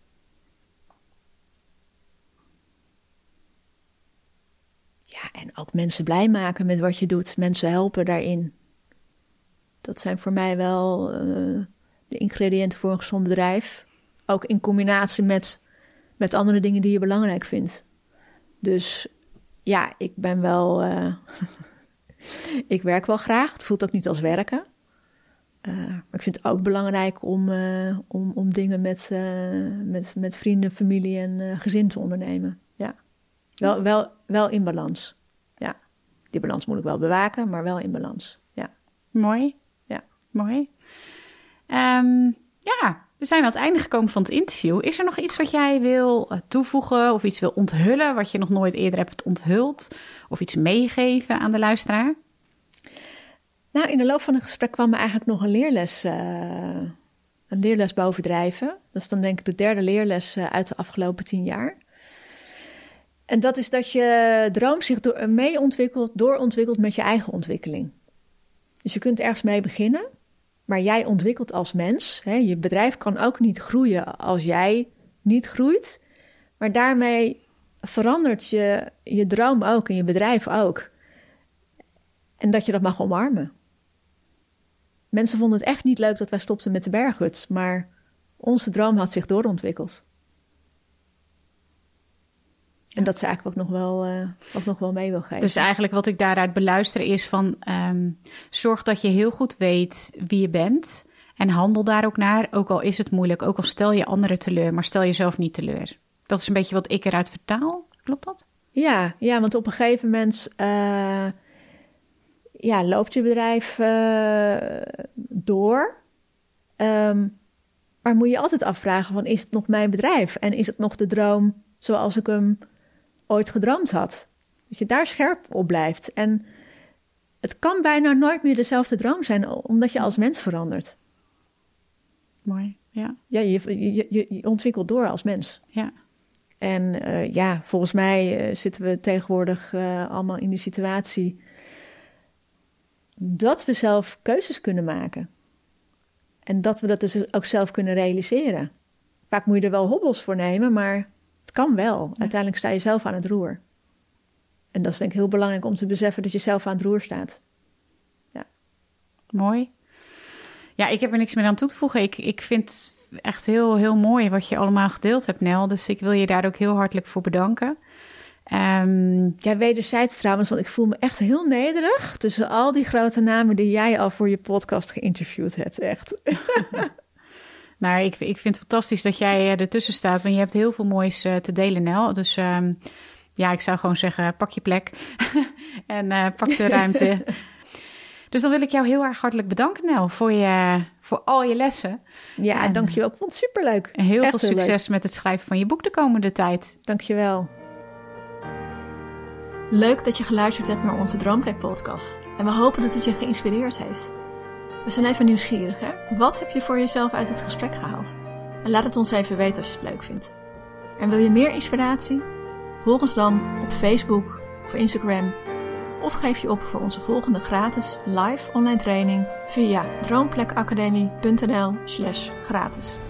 Ja, en ook mensen blij maken met wat je doet. Mensen helpen daarin. Dat zijn voor mij wel... Uh, de ingrediënten voor een gezond bedrijf. ook in combinatie met, met andere dingen die je belangrijk vindt. Dus ja, ik ben wel... Uh, ik werk wel graag. Het voelt ook niet als werken. Uh, maar ik vind het ook belangrijk om, uh, om, om dingen met, uh, met, met vrienden, familie en uh, gezin te ondernemen. Ja. Wel, wel, wel in balans. Ja. Die balans moet ik wel bewaken, maar wel in balans. Ja. Mooi. Ja. Mooi. Um, ja, we zijn aan het einde gekomen van het interview. Is er nog iets wat jij wil toevoegen of iets wil onthullen wat je nog nooit eerder hebt onthuld? Of iets meegeven aan de luisteraar? Nou, in de loop van het gesprek kwam er eigenlijk nog een leerles, uh, een leerles bovendrijven. Dat is dan denk ik de derde leerles uh, uit de afgelopen tien jaar. En dat is dat je droom zich door, mee ontwikkelt, doorontwikkelt met je eigen ontwikkeling. Dus je kunt ergens mee beginnen, maar jij ontwikkelt als mens. Hè? Je bedrijf kan ook niet groeien als jij niet groeit. Maar daarmee verandert je, je droom ook en je bedrijf ook. En dat je dat mag omarmen. Mensen vonden het echt niet leuk dat wij stopten met de berghut, maar onze droom had zich doorontwikkeld. En dat is eigenlijk ook nog wel, uh, ook nog wel mee wil geven. Dus eigenlijk wat ik daaruit beluister is van... Um, zorg dat je heel goed weet wie je bent. En handel daar ook naar. Ook al is het moeilijk. Ook al stel je anderen teleur. Maar stel jezelf niet teleur. Dat is een beetje wat ik eruit vertaal. Klopt dat? Ja, ja, want op een gegeven moment... Uh, ja, loopt je bedrijf uh, door. Um, maar moet je altijd afvragen van... is het nog mijn bedrijf? En is het nog de droom zoals ik hem... ooit gedroomd had. Dat je daar scherp op blijft. En het kan bijna nooit meer dezelfde droom zijn, omdat je als mens verandert. Mooi, ja. Ja, je, je, je, je ontwikkelt door als mens. Ja. En uh, ja, volgens mij uh, zitten we tegenwoordig uh, allemaal in die situatie... dat we zelf keuzes kunnen maken. En dat we dat dus ook zelf kunnen realiseren. Vaak moet je er wel hobbels voor nemen, maar... het kan wel. Ja. Uiteindelijk sta je zelf aan het roer. En dat is denk ik heel belangrijk om te beseffen dat je zelf aan het roer staat. Ja. Mooi. Ja, ik heb er niks meer aan toe te voegen. Ik, ik vind het echt heel, heel mooi wat je allemaal gedeeld hebt, Nel. Dus ik wil je daar ook heel hartelijk voor bedanken. Um... Ja, wederzijds trouwens, want ik voel me echt heel nederig... tussen al die grote namen die jij al voor je podcast geïnterviewd hebt. Echt. Nou, ik, ik vind het fantastisch dat jij ertussen staat. Want je hebt heel veel moois uh, te delen, Nel. Dus um, ja, ik zou gewoon zeggen, pak je plek. en uh, pak de ruimte. Dus dan wil ik jou heel erg hartelijk bedanken, Nel, voor, je, voor al je lessen. Ja, en, dankjewel. Ik vond het superleuk. En heel echt veel succes heel met het schrijven van je boek de komende tijd. Dankjewel. Leuk dat je geluisterd hebt naar onze Droomplek podcast. En we hopen dat het je geïnspireerd heeft. We zijn even nieuwsgierig, hè? Wat heb je voor jezelf uit het gesprek gehaald? En laat het ons even weten als je het leuk vindt. En wil je meer inspiratie? Volg ons dan op Facebook of Instagram. Of geef je op voor onze volgende gratis live online training via droomplekacademie punt n l slash gratis.